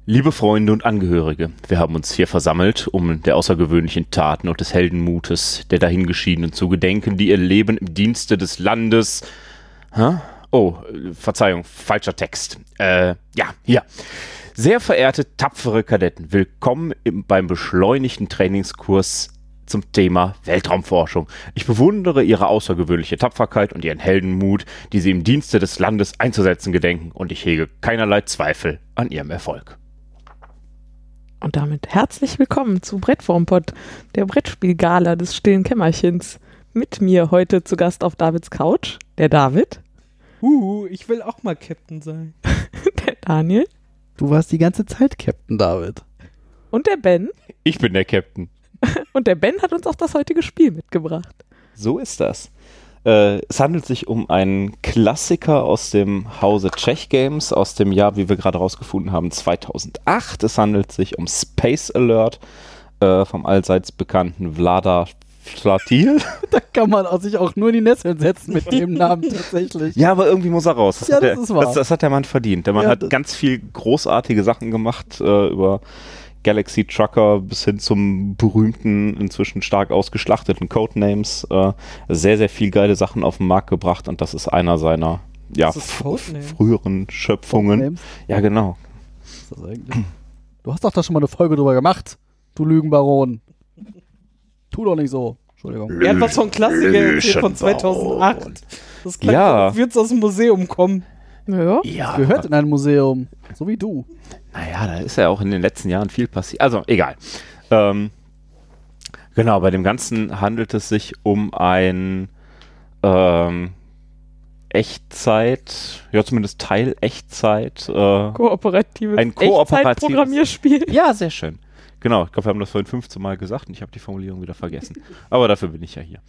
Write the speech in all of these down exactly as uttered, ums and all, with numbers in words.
Liebe Freunde und Angehörige, wir haben uns hier versammelt, um der außergewöhnlichen Taten und des Heldenmutes der Dahingeschiedenen zu gedenken, die ihr Leben im Dienste des Landes... Hä? Oh, Verzeihung, falscher Text. Äh, ja, hier. Sehr verehrte, tapfere Kadetten, willkommen im, beim beschleunigten Trainingskurs zum Thema Weltraumforschung. Ich bewundere Ihre außergewöhnliche Tapferkeit und Ihren Heldenmut, die Sie im Dienste des Landes einzusetzen gedenken, und ich hege keinerlei Zweifel an Ihrem Erfolg. Und damit herzlich willkommen zu Brettformpod, der Brettspielgala des stillen Kämmerchens. Mit mir heute zu Gast auf Davids Couch, der David. Uh, ich will auch mal Captain sein. Der Daniel. Du warst die ganze Zeit Captain, David. Und der Ben. Ich bin der Captain. Und der Ben hat uns auch das heutige Spiel mitgebracht. So ist das. Äh, es handelt sich um einen Klassiker aus dem Hause Czech Games aus dem Jahr, wie wir gerade rausgefunden haben, zweitausendacht. Es handelt sich um Space Alert äh, vom allseits bekannten Vlada Vlatil. Da kann man sich auch nur in die Nesseln setzen mit dem Namen tatsächlich. Ja, aber irgendwie muss er raus. Das, ja, hat, das, der, ist wahr. Das, das hat der Mann verdient. Der Mann Ja, hat ganz viel großartige Sachen gemacht, äh, über Galaxy Trucker bis hin zum berühmten, inzwischen stark ausgeschlachteten Codenames. Äh, sehr, sehr viel geile Sachen auf den Markt gebracht, und das ist einer seiner ja, f- früheren Schöpfungen. Codenames? Ja, genau. Was ist das eigentlich? Du hast doch da schon mal eine Folge drüber gemacht, du Lügenbaron. Tu doch nicht so. Entschuldigung. Er hat was von Klassiker erzählt von zweitausendacht. Das kann ja. Wird aus dem Museum kommen. Ja. Ja. Gehört in ein Museum. So wie du. Naja, da ist ja auch in den letzten Jahren viel passiert. Also, egal. Ähm, genau, bei dem Ganzen handelt es sich um ein ähm, Echtzeit, ja zumindest Teil Echtzeit. Äh, Kooperatives ein kooperatives Echtzeit-Programmierspiel. Ja, sehr schön. Genau, ich glaube, wir haben das vorhin fünfzehn Mal gesagt und ich habe die Formulierung wieder vergessen. Aber dafür bin ich ja hier.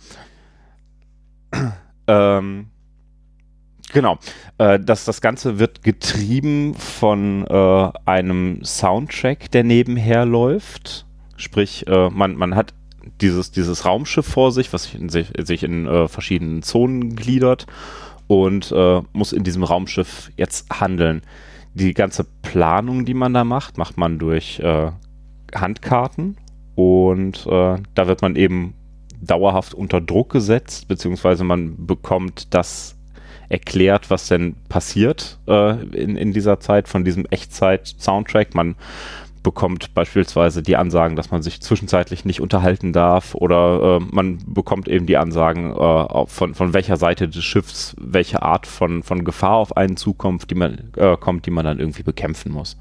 ähm, genau. Äh, das, das Ganze wird getrieben von äh, einem Soundtrack, der nebenher läuft. Sprich, äh, man, man hat dieses, dieses Raumschiff vor sich, was sich in, sich, sich in äh, verschiedenen Zonen gliedert, und äh, muss in diesem Raumschiff jetzt handeln. Die ganze Planung, die man da macht, macht man durch äh, Handkarten, und äh, da wird man eben dauerhaft unter Druck gesetzt, beziehungsweise man bekommt das erklärt, was denn passiert äh, in, in dieser Zeit von diesem Echtzeit-Soundtrack. Man bekommt beispielsweise die Ansagen, dass man sich zwischenzeitlich nicht unterhalten darf, oder äh, man bekommt eben die Ansagen, äh, von, von welcher Seite des Schiffs welche Art von, von Gefahr auf einen zukommt, die man, äh, kommt, die man dann irgendwie bekämpfen muss.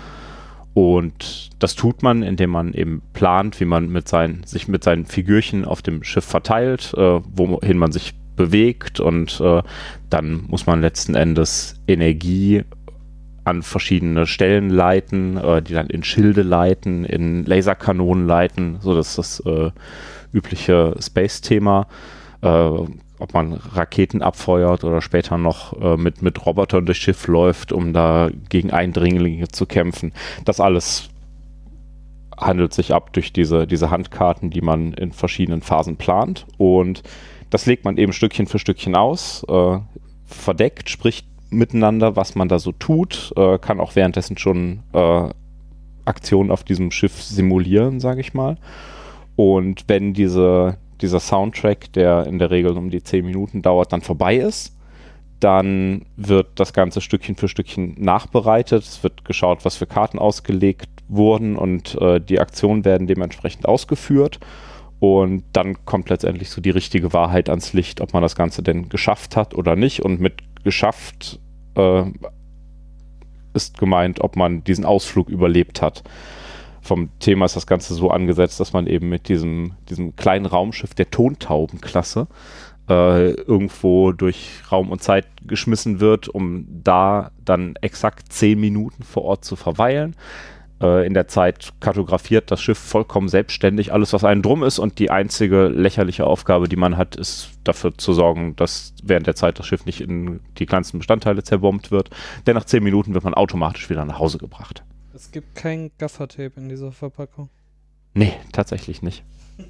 Und das tut man, indem man eben plant, wie man mit seinen, sich mit seinen Figürchen auf dem Schiff verteilt, äh, wohin man sich bewegt, und äh, dann muss man letzten Endes Energie an verschiedene Stellen leiten, äh, die dann in Schilde leiten, in Laserkanonen leiten, so dass das äh, übliche Space-Thema, äh, ob man Raketen abfeuert oder später noch äh, mit, mit Robotern durchs Schiff läuft, um da gegen Eindringlinge zu kämpfen. Das alles handelt sich ab durch diese, diese Handkarten, die man in verschiedenen Phasen plant, und das legt man eben Stückchen für Stückchen aus, äh, verdeckt, spricht miteinander, was man da so tut, äh, kann auch währenddessen schon äh, Aktionen auf diesem Schiff simulieren, sage ich mal. Und wenn diese dieser Soundtrack, der in der Regel um die zehn Minuten dauert, dann vorbei ist, dann wird das Ganze Stückchen für Stückchen nachbereitet. Es wird geschaut, was für Karten ausgelegt wurden, und äh, die Aktionen werden dementsprechend ausgeführt. Und dann kommt letztendlich so die richtige Wahrheit ans Licht, ob man das Ganze denn geschafft hat oder nicht. Und mit geschafft äh, ist gemeint, ob man diesen Ausflug überlebt hat. Vom Thema ist das Ganze so angesetzt, dass man eben mit diesem, diesem kleinen Raumschiff der Tontaubenklasse äh, irgendwo durch Raum und Zeit geschmissen wird, um da dann exakt zehn Minuten vor Ort zu verweilen. Äh, in der Zeit kartografiert das Schiff vollkommen selbstständig alles, was einen drum ist, und die einzige lächerliche Aufgabe, die man hat, ist dafür zu sorgen, dass während der Zeit das Schiff nicht in die kleinsten Bestandteile zerbombt wird. Denn nach zehn Minuten wird man automatisch wieder nach Hause gebracht. Es gibt kein Gaffertape in dieser Verpackung. Nee, tatsächlich nicht.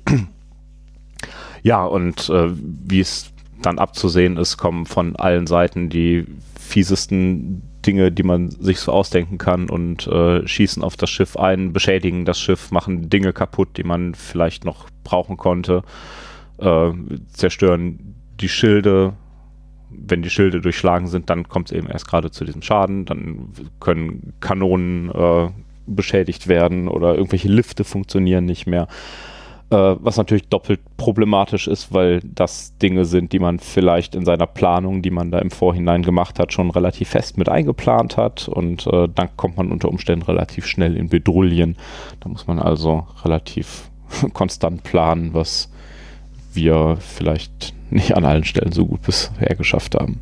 Ja, und äh, wie es dann abzusehen ist, kommen von allen Seiten die fiesesten Dinge, die man sich so ausdenken kann und äh, schießen auf das Schiff ein, beschädigen das Schiff, machen Dinge kaputt, die man vielleicht noch brauchen konnte, äh, zerstören die Schilde. Wenn die Schilde durchschlagen sind, dann kommt es eben erst gerade zu diesem Schaden. Dann können Kanonen äh, beschädigt werden oder irgendwelche Lifte funktionieren nicht mehr. Äh, was natürlich doppelt problematisch ist, weil das Dinge sind, die man vielleicht in seiner Planung, die man da im Vorhinein gemacht hat, schon relativ fest mit eingeplant hat und äh, dann kommt man unter Umständen relativ schnell in Bedrullien. Da muss man also relativ konstant planen, was wir vielleicht nicht an allen Stellen so gut bisher geschafft haben.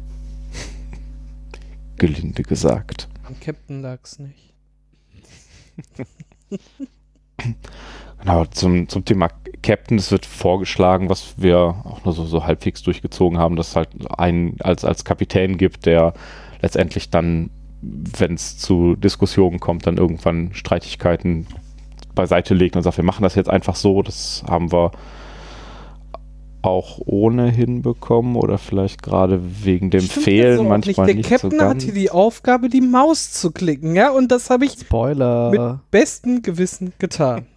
Gelinde gesagt. Am Captain lag's nicht. Genau, zum, zum Thema Captain, es wird vorgeschlagen, was wir auch nur so, so halbwegs durchgezogen haben, dass es halt einen als, als Kapitän gibt, der letztendlich dann, wenn es zu Diskussionen kommt, dann irgendwann Streitigkeiten beiseite legt und sagt, wir machen das jetzt einfach so, das haben wir auch ohne hinbekommen oder vielleicht gerade wegen dem Stimmt Fehlen also manchmal nicht. nicht Der so Captain ganz. hatte die Aufgabe, die Maus zu klicken, ja, und das habe ich Spoiler. mit bestem Gewissen getan.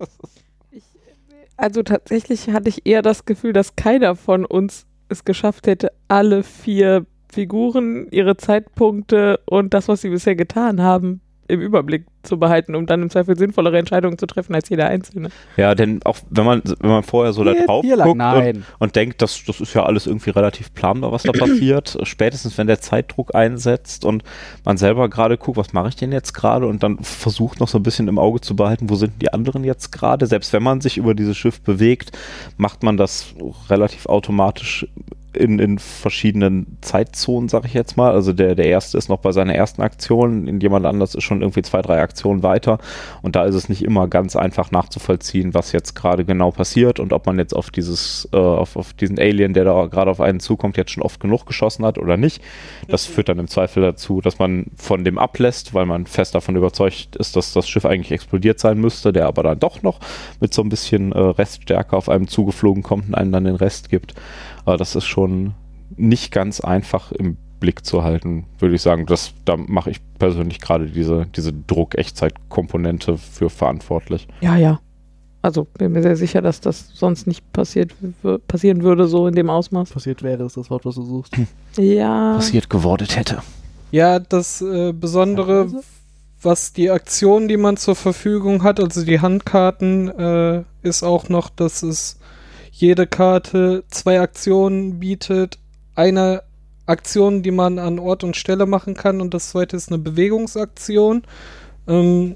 Also tatsächlich hatte ich eher das Gefühl, dass keiner von uns es geschafft hätte, alle vier Figuren, ihre Zeitpunkte und das, was sie bisher getan haben, im Überblick zu behalten, um dann im Zweifel sinnvollere Entscheidungen zu treffen als jeder Einzelne. Ja, denn auch wenn man, wenn man vorher so da Hier- drauf hier lang, guckt nein. und, und denkt, das, das ist ja alles irgendwie relativ planbar, was da passiert, spätestens wenn der Zeitdruck einsetzt und man selber gerade guckt, was mache ich denn jetzt gerade und dann versucht noch so ein bisschen im Auge zu behalten, wo sind die anderen jetzt gerade, selbst wenn man sich über dieses Schiff bewegt, macht man das relativ automatisch in, in verschiedenen Zeitzonen, sag ich jetzt mal. Also der, der erste ist noch bei seiner ersten Aktion, in jemand anders ist schon irgendwie zwei, drei Aktionen weiter und da ist es nicht immer ganz einfach nachzuvollziehen, was jetzt gerade genau passiert und ob man jetzt auf dieses, äh, auf, auf diesen Alien, der da gerade auf einen zukommt, jetzt schon oft genug geschossen hat oder nicht. Das führt dann im Zweifel dazu, dass man von dem ablässt, weil man fest davon überzeugt ist, dass das Schiff eigentlich explodiert sein müsste, der aber dann doch noch mit so ein bisschen äh, Reststärke auf einem zugeflogen kommt und einem dann den Rest gibt. Aber das ist schon nicht ganz einfach im Blick zu halten, würde ich sagen. Das, da mache ich persönlich gerade diese, diese Druck-Echtzeit-Komponente für verantwortlich. Ja, ja. Also bin mir sehr sicher, dass das sonst nicht passiert w- passieren würde, so in dem Ausmaß. Passiert wäre, ist das Wort, was du suchst. Ja. Passiert gewordet hätte. Ja, das äh, Besondere, was die Aktionen, die man zur Verfügung hat, also die Handkarten, äh, ist auch noch, dass es jede Karte zwei Aktionen bietet. Eine Aktion, die man an Ort und Stelle machen kann und das zweite ist eine Bewegungsaktion. Ähm,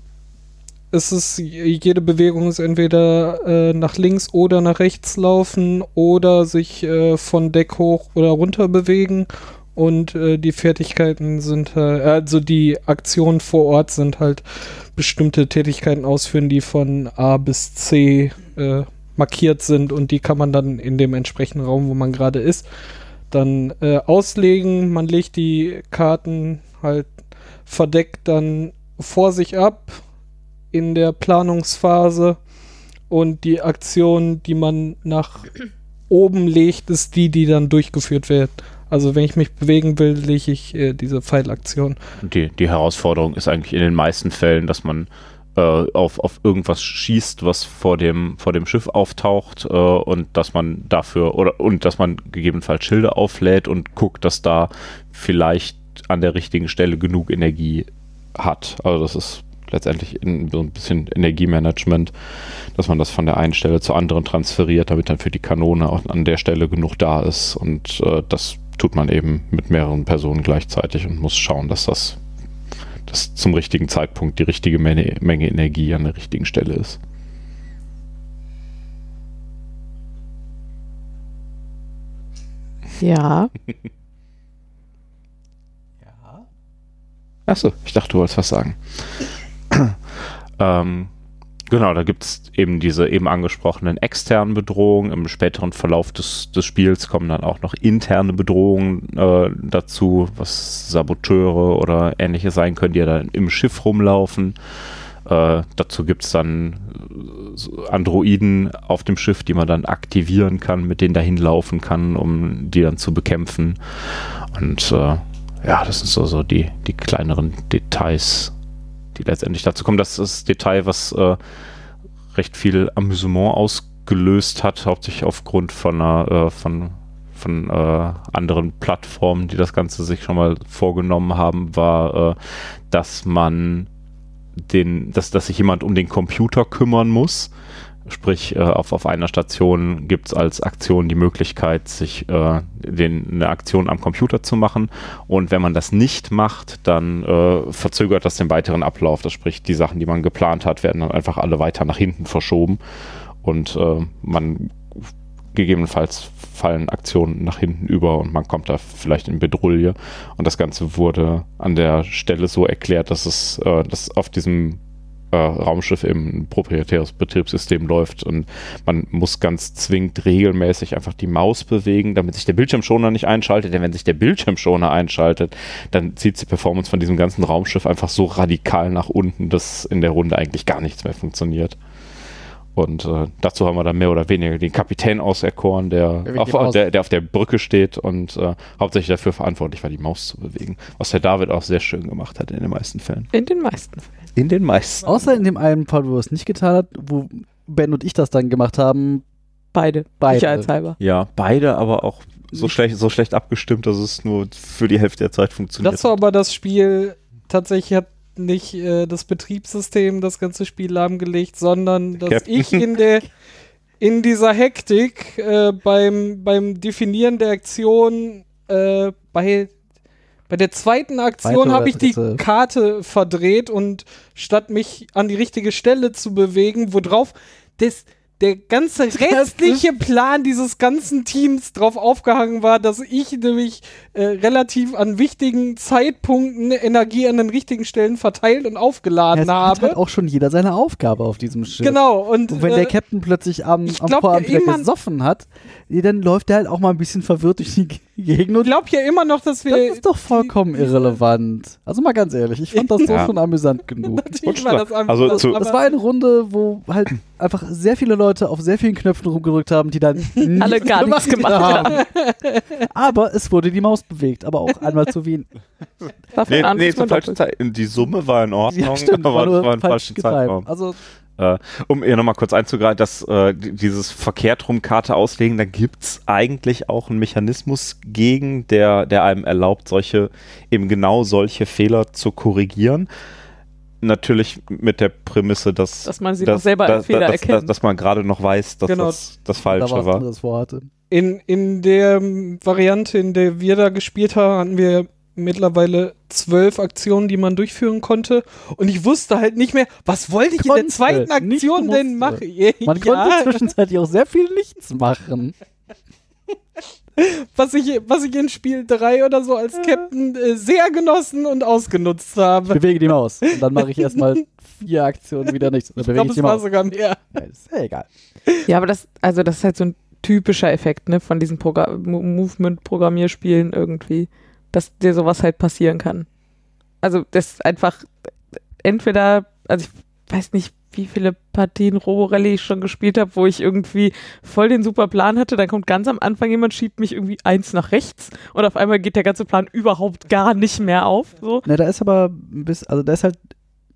es ist, jede Bewegung ist entweder äh, nach links oder nach rechts laufen oder sich äh, von Deck hoch oder runter bewegen und äh, die Fertigkeiten sind, äh, also die Aktionen vor Ort sind halt bestimmte Tätigkeiten ausführen, die von A bis C äh, markiert sind und die kann man dann in dem entsprechenden Raum, wo man gerade ist, dann äh, auslegen. Man legt die Karten halt verdeckt dann vor sich ab in der Planungsphase und die Aktion, die man nach oben legt, ist die, die dann durchgeführt wird. Also wenn ich mich bewegen will, lege ich äh, diese Pfeilaktion. Die, die Herausforderung ist eigentlich in den meisten Fällen, dass man äh, auf, auf irgendwas schießt, was vor dem, vor dem Schiff auftaucht äh, und dass man dafür oder und dass man gegebenenfalls Schilde auflädt und guckt, dass da vielleicht an der richtigen Stelle genug Energie hat. Also das ist letztendlich in, so ein bisschen Energiemanagement, dass man das von der einen Stelle zur anderen transferiert, damit dann für die Kanone auch an der Stelle genug da ist und äh, das tut man eben mit mehreren Personen gleichzeitig und muss schauen, dass das dass zum richtigen Zeitpunkt die richtige Menge, Menge Energie an der richtigen Stelle ist. Ja. Ja. Achso, ich dachte, du wolltest was sagen. ähm, genau, da gibt es eben diese eben angesprochenen externen Bedrohungen. Im späteren Verlauf des, des Spiels kommen dann auch noch interne Bedrohungen äh, dazu, was Saboteure oder ähnliche sein können, die ja dann im Schiff rumlaufen. Äh, dazu gibt es dann Androiden auf dem Schiff, die man dann aktivieren kann, mit denen dahin laufen kann, um die dann zu bekämpfen. Und äh, ja, das sind so, so die, die kleineren Details, die letztendlich dazu kommen. Das ist das Detail, was äh, recht viel Amüsement ausgelöst hat, hauptsächlich aufgrund von einer, äh, von, von äh, anderen Plattformen, die das Ganze sich schon mal vorgenommen haben, war, äh, dass man den, dass, dass sich jemand um den Computer kümmern muss. Sprich, äh, auf, auf einer Station gibt es als Aktion die Möglichkeit, sich äh, den, eine Aktion am Computer zu machen. Und wenn man das nicht macht, dann äh, verzögert das den weiteren Ablauf. Das sprich, die Sachen, die man geplant hat, werden dann einfach alle weiter nach hinten verschoben. Und äh, man gegebenenfalls fallen Aktionen nach hinten über und man kommt da vielleicht in Bedrulle. Und das Ganze wurde an der Stelle so erklärt, dass es äh, dass auf diesem äh, Raumschiff eben ein proprietäres Betriebssystem läuft und man muss ganz zwingend regelmäßig einfach die Maus bewegen, damit sich der Bildschirmschoner nicht einschaltet. Denn wenn sich der Bildschirmschoner einschaltet, dann zieht die Performance von diesem ganzen Raumschiff einfach so radikal nach unten, dass in der Runde eigentlich gar nichts mehr funktioniert. Und äh, dazu haben wir dann mehr oder weniger den Kapitän auserkoren, der auf der, der auf der Brücke steht und äh, hauptsächlich dafür verantwortlich war, die Maus zu bewegen. Was der David auch sehr schön gemacht hat in den meisten Fällen. In den meisten Fällen. In den meisten. Außer in dem einen Fall, wo er es nicht getan hat, wo Ben und ich das dann gemacht haben. Beide. Beide. Sicherheitshalber. Ja, beide, aber auch so schlecht, so schlecht abgestimmt, dass es nur für die Hälfte der Zeit funktioniert. Das war aber das Spiel, tatsächlich hat nicht äh, das Betriebssystem das ganze Spiel lahmgelegt, sondern dass Captain. ich in der in dieser Hektik äh, beim, beim Definieren der Aktion äh, bei, bei der zweiten Aktion habe ich die dritte. Karte verdreht und statt mich an die richtige Stelle zu bewegen, worauf das der ganze restliche Plan dieses ganzen Teams drauf aufgehangen war, dass ich nämlich äh, relativ an wichtigen Zeitpunkten Energie an den richtigen Stellen verteilt und aufgeladen Es habe. hat halt auch schon jeder seine Aufgabe auf diesem Schiff. Genau. Und, Und wenn äh, der Captain plötzlich am, ich am glaub Vorabend ja wieder immer- gesoffen hat, dann läuft der halt auch mal ein bisschen verwirrt durch die G- Gegend. ich Und glaube ja immer noch, dass wir das ist doch vollkommen irrelevant. Also mal ganz ehrlich, ich fand das so Ja. schon amüsant genug. natürlich war das einfach, Also zu- Das war eine Runde, wo halt einfach sehr viele Leute auf sehr vielen Knöpfen rumgedrückt haben, die dann Alle gar nichts gemacht haben. Aber es wurde die Maus bewegt, aber auch einmal zu wenig. Davon Nee, an nee muss man zur falschen doppelt- Zeit. Die Summe war in Ordnung, Ja, stimmt, aber war nur es war ein falsch falscher getimt. Zeitraum. Also Äh, um ihr nochmal kurz einzugreifen, dass äh, d- dieses verkehrt rum Karte auslegen, da gibt es eigentlich auch einen Mechanismus gegen, der, der einem erlaubt, solche, eben genau solche Fehler zu korrigieren. Natürlich mit der Prämisse, dass, Dass man sie noch selber als Fehler dass, erkennt. Dass, dass man gerade noch weiß, dass Genau. das das da Falsche war was war. anderes vorhatte. in, in der ähm, Variante, in der wir da gespielt haben, hatten wir mittlerweile zwölf Aktionen, die man durchführen konnte. Und ich wusste halt nicht mehr, was wollte ich in der Konnte, zweiten nicht Aktion denn musste. machen? Ja, Man konnte zwischenzeitlich auch sehr viel nichts machen. was ich, was ich in Spiel drei oder so als Captain äh, sehr genossen und ausgenutzt Ich habe. bewege die Maus. Und dann mache ich erstmal vier Aktionen wieder nichts. Dann Ich bewege glaube, ich es die war Maus. sogar mehr. Ja, ist ja egal. Ja, aber das, also das ist halt so ein typischer Effekt, ne, von diesen Progra- Mo- Movement-Programmierspielen irgendwie, dass dir sowas halt passieren kann. Also das ist einfach entweder, also ich weiß nicht, wie viele Partien Roborally ich schon gespielt habe, wo ich irgendwie voll den super Plan hatte, dann kommt ganz am Anfang jemand, schiebt mich irgendwie eins nach rechts und auf einmal geht der ganze Plan überhaupt gar nicht mehr auf. So. Ne, da ist aber ein bisschen, also da ist halt,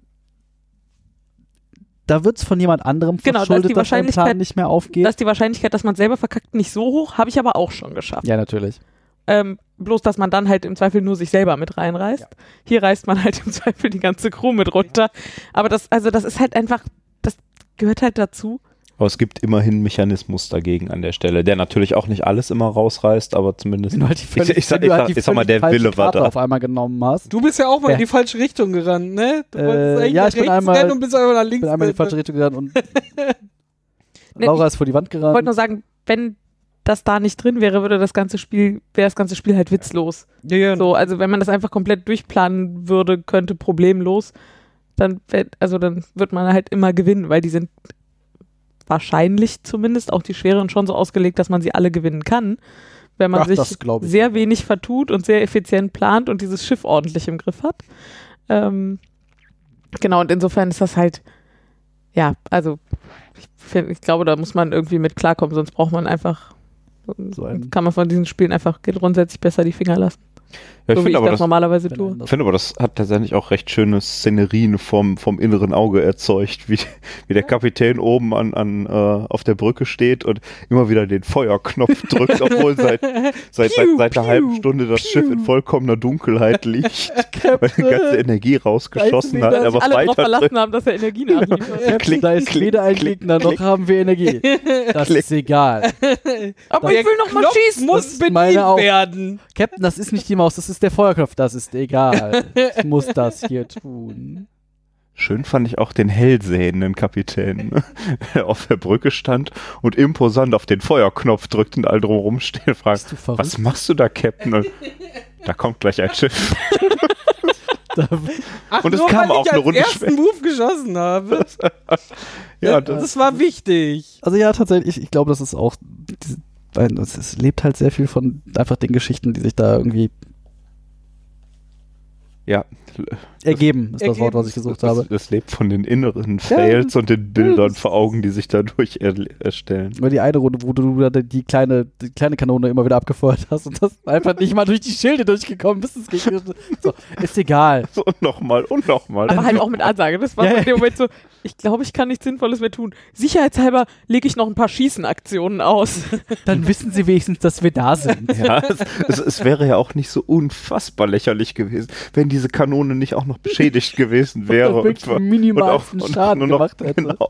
da wird es von jemand anderem Genau, da ist verschuldet, die dass ein Plan Wahrscheinlichkeit- nicht mehr aufgeht. Da ist die Wahrscheinlichkeit, dass man selber verkackt, nicht so hoch, habe ich aber auch schon geschafft. Ja, natürlich. Ähm, bloß, dass man dann halt im Zweifel nur sich selber mit reinreißt. Ja. Hier reißt man halt im Zweifel die ganze Crew mit runter. Aber das, also das ist halt einfach, das gehört halt dazu. Aber es gibt immerhin einen Mechanismus dagegen an der Stelle, der natürlich auch nicht alles immer rausreißt, aber zumindest. Wenn du halt die völlig, ich, ich, sag- wenn du ich, halt sag- die ich sag mal, völlig der falsche Wille war Karte da. auf einmal genommen hast. Du bist ja auch mal Ja. in die falsche Richtung gerannt, ne? Du Äh, wolltest eigentlich ja, nach ich bin rechts einmal- rennen und bist einfach nach Ich links bin einmal in die falsche Richtung gerannt und Laura ist vor die Wand Ich wollte gerannt. nur sagen, wenn das da nicht drin wäre, würde das ganze Spiel, wäre das ganze Spiel halt witzlos. Ja, ja. So, also wenn man das einfach komplett durchplanen würde, könnte problemlos, dann, wär- also dann wird man halt immer gewinnen, weil die sind wahrscheinlich zumindest auch die schweren schon so ausgelegt, dass man sie alle gewinnen kann, wenn man Ach, sich das glaub ich. sehr wenig vertut und sehr effizient plant und dieses Schiff ordentlich im Griff hat. Ähm, genau, und insofern ist das halt, ja, also ich, find, ich glaube, da muss man irgendwie mit klarkommen, sonst braucht man einfach, So ein- kann man von diesen Spielen einfach grundsätzlich besser die Finger lassen. Ja, ich so wie finde ich aber, das das, normalerweise tue. ich find aber, das hat tatsächlich auch recht schöne Szenerien vom, vom inneren Auge erzeugt, wie, wie der Kapitän oben an, an, äh, auf der Brücke steht und immer wieder den Feuerknopf drückt, obwohl seit, seit, seit, seit einer halben Stunde das Schiff in vollkommener Dunkelheit liegt, weil die ganze Energie rausgeschossen hat. Dass Aber alle darauf weiter verlassen haben, dass er Energie nachliefert. Ja, Klick, da ist klick, weder ein klick, Gegner, noch klick. haben wir Energie. Das ist egal. Aber Der ich will noch mal Knopf schießen. muss Das ist bedient meine auch. werden. Captain, das ist nicht die Maus, das ist der Feuerknopf. Das ist egal. Ich muss das hier tun. Schön fand ich auch den hellsehenden Kapitän, ne? Der auf der Brücke stand und imposant auf den Feuerknopf drückt und all drumherum stehen und fragt, Bist du verrückt? was machst du da, Captain? Und da kommt gleich ein Schiff. Da, Ach, Und es nur kam weil auch ich eine als Runde ersten später. Move geschossen habe. Ja, das, das, war wichtig. also ja, tatsächlich, ich glaube, das ist auch, diese, weil es, es lebt halt sehr viel von einfach den Geschichten, die sich da irgendwie ja. ergeben, ist das Ergeben. Wort, was ich gesucht habe. Das, das lebt von den inneren Fails und den Bildern vor Augen, die sich dadurch er, erstellen. Nur die eine Runde, wo du da die kleine, die kleine Kanone immer wieder abgefeuert hast und das einfach nicht mal durch die Schilde durchgekommen bist. Das ging so, ist egal. So, und nochmal und nochmal. Aber halt auch mit Ansage. Das war Ja, so ja. in dem Moment so, ich glaube, ich kann nichts Sinnvolles mehr tun. Sicherheitshalber lege ich noch ein paar Schießenaktionen aus. Dann wissen sie wenigstens, dass wir da sind. Ja, es, es, es wäre ja auch nicht so unfassbar lächerlich gewesen, wenn diese Kanone nicht auch noch beschädigt gewesen wäre. Und wirklich den minimalsten Schaden nur noch, gemacht hätte. Genau.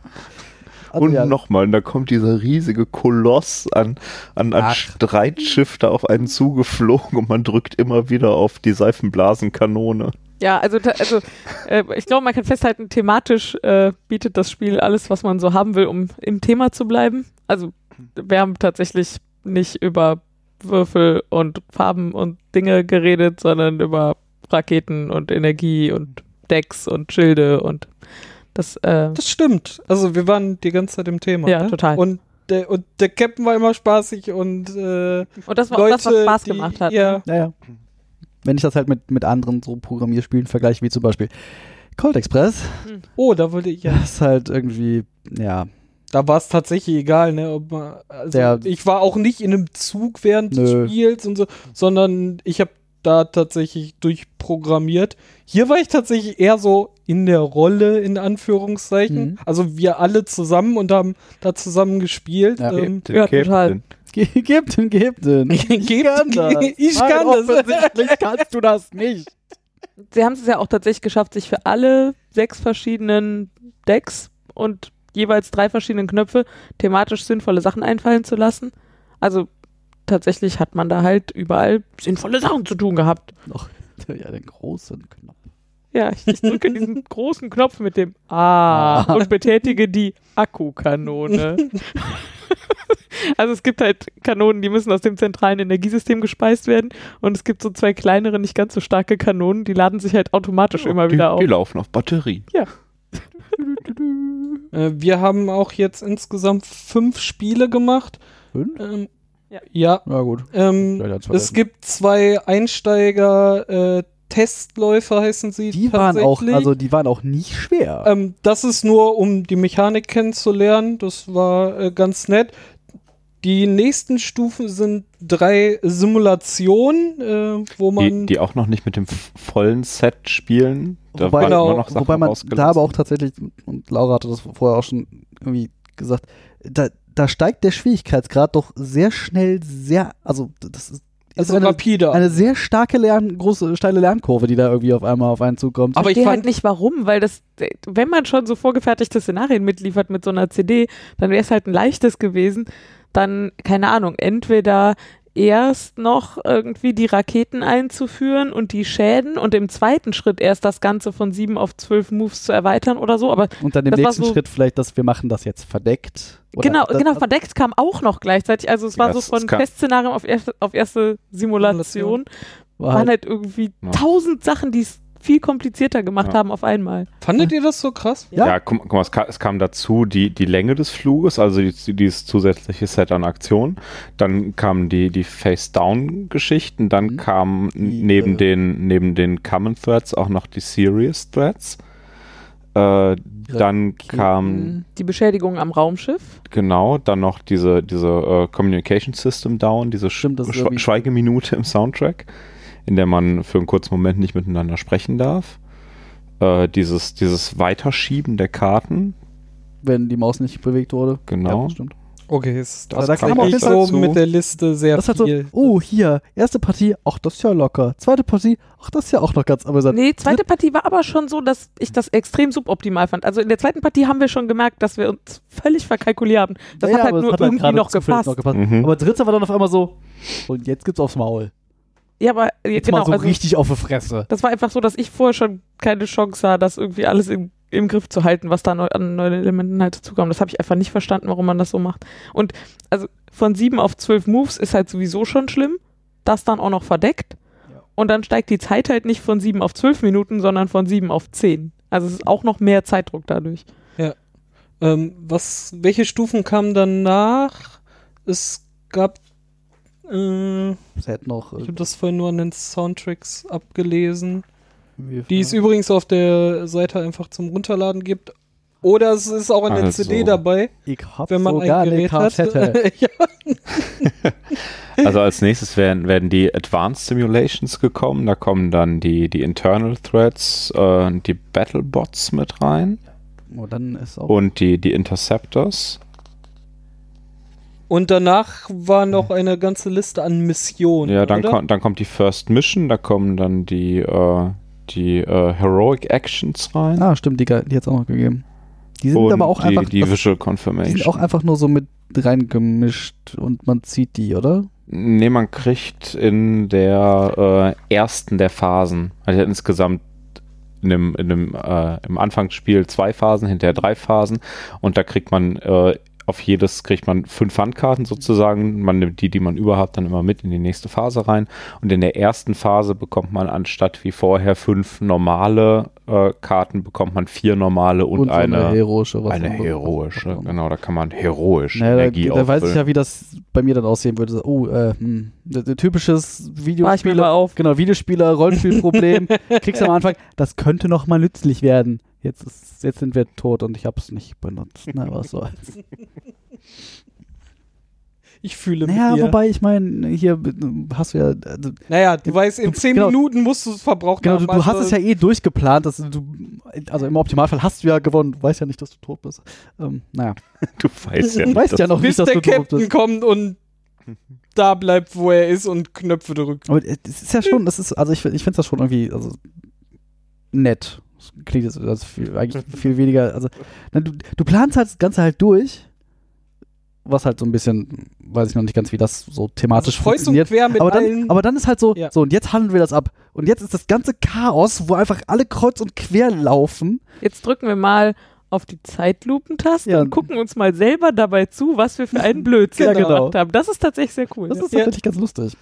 Also Und ja, nochmal, und da kommt dieser riesige Koloss an, an, an Ach. Streitschiff da auf einen zugeflogen und man drückt immer wieder auf die Seifenblasenkanone. Ja, also, ta- also äh, ich glaube, man kann festhalten, thematisch äh, bietet das Spiel alles, was man so haben will, um im Thema zu bleiben. Also wir haben tatsächlich nicht über Würfel und Farben und Dinge geredet, sondern über Raketen und Energie und Decks und Schilde und das, äh, Das stimmt. Also wir waren die ganze Zeit im Thema. Ja, ne? total. Und der, und der Captain war immer spaßig und äh, und das war Leute, auch das, was Spaß die, gemacht hat. Ja, ja, ja. Wenn ich das halt mit, mit anderen so Programmierspielen vergleiche, wie zum Beispiel Cold Express, oh, da wollte ich ja. das ist halt irgendwie, ja, Da war es tatsächlich egal, ne? Ob man, also Der- ich war auch nicht in einem Zug während des Nö. Spiels und so, sondern ich habe da tatsächlich durchprogrammiert. Hier war ich tatsächlich eher so in der Rolle, in Anführungszeichen. Mhm. Also wir alle zusammen und haben da zusammen gespielt. Ja. Ähm, Den ja, Captain. total. Ge- Gebt den, gebt den. Gebt Ich kann das. Ich Nein, kann das. offensichtlich kannst du das nicht. Sie haben es ja auch tatsächlich geschafft, sich für alle sechs verschiedenen Decks und jeweils drei verschiedenen Knöpfe thematisch sinnvolle Sachen einfallen zu lassen. Also tatsächlich hat man da halt überall sinnvolle Sachen zu tun gehabt. Noch, ja, den großen Knopf. Ja, ich, ich drücke diesen großen Knopf mit dem A Ah. und betätige die Akkukanone. Also es gibt halt Kanonen, die müssen aus dem zentralen Energiesystem gespeist werden und es gibt so zwei kleinere, nicht ganz so starke Kanonen, die laden sich halt automatisch immer die, wieder auf. Die laufen auf Batterie. Äh, wir haben auch jetzt insgesamt fünf Spiele gemacht. Fünf? Ähm, Ja. ja. Na gut. Ähm, Vielleicht hat's es vergessen. gibt zwei Einsteiger äh, Testläufer heißen sie. Die waren auch, tatsächlich. also die waren auch nicht schwer. Ähm, das ist nur, um die Mechanik kennenzulernen. Das war äh, ganz nett. Die nächsten Stufen sind drei Simulationen, äh, wo man. Die, die auch noch nicht mit dem f- vollen Set spielen. Da Wobei, waren genau, immer noch Sachen Wobei man rausgelassen. da aber auch tatsächlich, und Laura hatte das vorher auch schon irgendwie gesagt, da, da steigt der Schwierigkeitsgrad doch sehr schnell sehr, also das ist, ist also eine, rapide. eine sehr starke Lern, große, steile Lernkurve, die da irgendwie auf einmal auf einen zukommt. Aber Ich ich verstehe halt fand- nicht warum, weil das, wenn man schon so vorgefertigte Szenarien mitliefert mit so einer C D, dann wäre es halt ein leichtes gewesen, dann, keine Ahnung, entweder erst noch irgendwie die Raketen einzuführen und die Schäden und im zweiten Schritt erst das Ganze von sieben auf zwölf Moves zu erweitern oder so, aber Und dann im das war nächsten so- Schritt vielleicht, dass wir machen das jetzt verdeckt. Oder genau, das, genau, verdeckt kam auch noch gleichzeitig, also es war Ja, so es- von es kam- Testszenarien auf erste, auf erste Simulation, war waren halt, halt irgendwie Ja. tausend Sachen, die es viel komplizierter gemacht Ja. haben auf einmal. Fandet ihr das so krass? Ja. Ja, guck, guck mal, es kam, es kam dazu die, die Länge des Fluges, also die, dieses zusätzliche Set an Aktionen. Dann kamen die, die Face-Down-Geschichten, dann Mhm. kamen Die, neben, äh, den, neben den Common Threads auch noch die Serious Threads. Äh, dann kam, Die Beschädigung am Raumschiff. genau, dann noch diese, diese äh, Communication System Down, diese Sch Stimmt, das ist Schwe irgendwie- Schweigeminute im Soundtrack. in der man für einen kurzen Moment nicht miteinander sprechen darf. Äh, dieses, dieses Weiterschieben der Karten. Wenn die Maus nicht bewegt wurde. Genau. Ja, stimmt. Okay, ist Also da kam tatsächlich auf jeden Fall so zu. mit der Liste sehr Das ist halt viel. so, oh, hier, erste Partie, ach, das ist ja locker. Zweite Partie, ach, das ist ja auch noch ganz amüsant. Nee, zweite Partie war aber schon so, dass ich das extrem suboptimal fand. Also in der zweiten Partie haben wir schon gemerkt, dass wir uns völlig verkalkuliert haben. Das Ja, hat halt aber es nur hat halt irgendwie gerade noch zufällig gepasst. noch gepasst. Mhm. Aber dritte war dann auf einmal so, und jetzt gibt's aufs Maul. Ja, aber äh, Jetzt genau, mal so also richtig auf die Fresse. das war einfach so, dass ich vorher schon keine Chance sah, das irgendwie alles im, im Griff zu halten, was da neu, an neuen Elementen halt dazukam. Das habe ich einfach nicht verstanden, warum man das so macht. Und also von sieben auf zwölf Moves ist halt sowieso schon schlimm. Das dann auch noch verdeckt. Ja. Und dann steigt die Zeit halt nicht von sieben auf zwölf Minuten, sondern von sieben auf zehn. Also es ist auch noch mehr Zeitdruck dadurch. Ähm, was, welche Stufen kamen danach? Es gab, äh, Es hätte noch. ich Äh, habe das vorhin nur an den Soundtracks abgelesen, wie- die es übrigens auf der Seite einfach zum Runterladen gibt. Oder es ist auch in der Also. C D dabei, ich hab wenn man sogar ein eine Gerät hat. Kassette. ja. Also als nächstes werden, werden die Advanced Simulations gekommen. Da kommen dann die, die Internal Threads, äh, die Battlebots mit rein Oh, dann ist auch. und die, die Interceptors. Und danach war noch eine ganze Liste an Missionen. Ja, dann, oder? kommt dann kommt die First Mission, da kommen dann die, äh, die äh, Heroic Actions rein. Ah, stimmt, die, die hat's auch noch gegeben. Die sind und aber auch die, einfach. die das- Visual die Confirmation. sind auch einfach nur so mit reingemischt und man zieht die, oder? Nee, man kriegt in der äh, ersten der Phasen, also insgesamt in dem, in dem äh, im Anfangsspiel zwei Phasen, hinterher drei Phasen und da kriegt man äh, auf jedes kriegt man fünf Handkarten sozusagen, man nimmt die, die man überhaupt dann immer mit in die nächste Phase rein und in der ersten Phase bekommt man anstatt wie vorher fünf normale äh, Karten, bekommt man vier normale und, Und so eine, heroische. was eine auch immer. heroische, genau, da kann man heroisch Naja, Energie da, da weiß ich auffüllen. ja, wie das bei mir dann aussehen würde. So, Oh, äh, hm, ein typisches War ich mir Videospieler, mal auf. genau, Videospieler, Rollenspielproblem. Kriegst du am Anfang, das könnte noch mal nützlich werden. Jetzt, ist, jetzt sind wir tot und ich hab's nicht benutzt. Na, was soll's. Ich fühle Naja, mit dir. wobei, ich meine, hier hast du ja, also, Naja, du weißt, in zehn Genau. Minuten musst du es verbraucht genau, haben. du, du hast also- es ja eh durchgeplant, dass du, also im Optimalfall hast du ja gewonnen, du weißt ja nicht, dass du tot bist. Ähm, naja, Du weißt ja du nicht, weißt dass ja noch bis nicht, dass der du tot Captain bist. kommt und da bleibt, wo er ist und Knöpfe drückt. Aber es ist ja schon, das ist, also ich, ich finde das schon irgendwie, also nett. Das klingt jetzt also viel, eigentlich viel weniger, also na, du, du planst halt das Ganze halt durch, was halt so ein bisschen, weiß ich noch nicht ganz, wie das so thematisch Also kreuz und funktioniert. quer mit Aber dann, allen. aber dann ist halt so, Ja. so und jetzt handeln wir das ab. Und jetzt ist das ganze Chaos, wo einfach alle kreuz und quer laufen. Jetzt drücken wir mal auf die Zeitlupentaste Ja. und gucken uns mal selber dabei zu, was wir für einen Blödsinn Ja, genau. gemacht haben. Das ist tatsächlich sehr cool. Das ja. ist tatsächlich ganz lustig.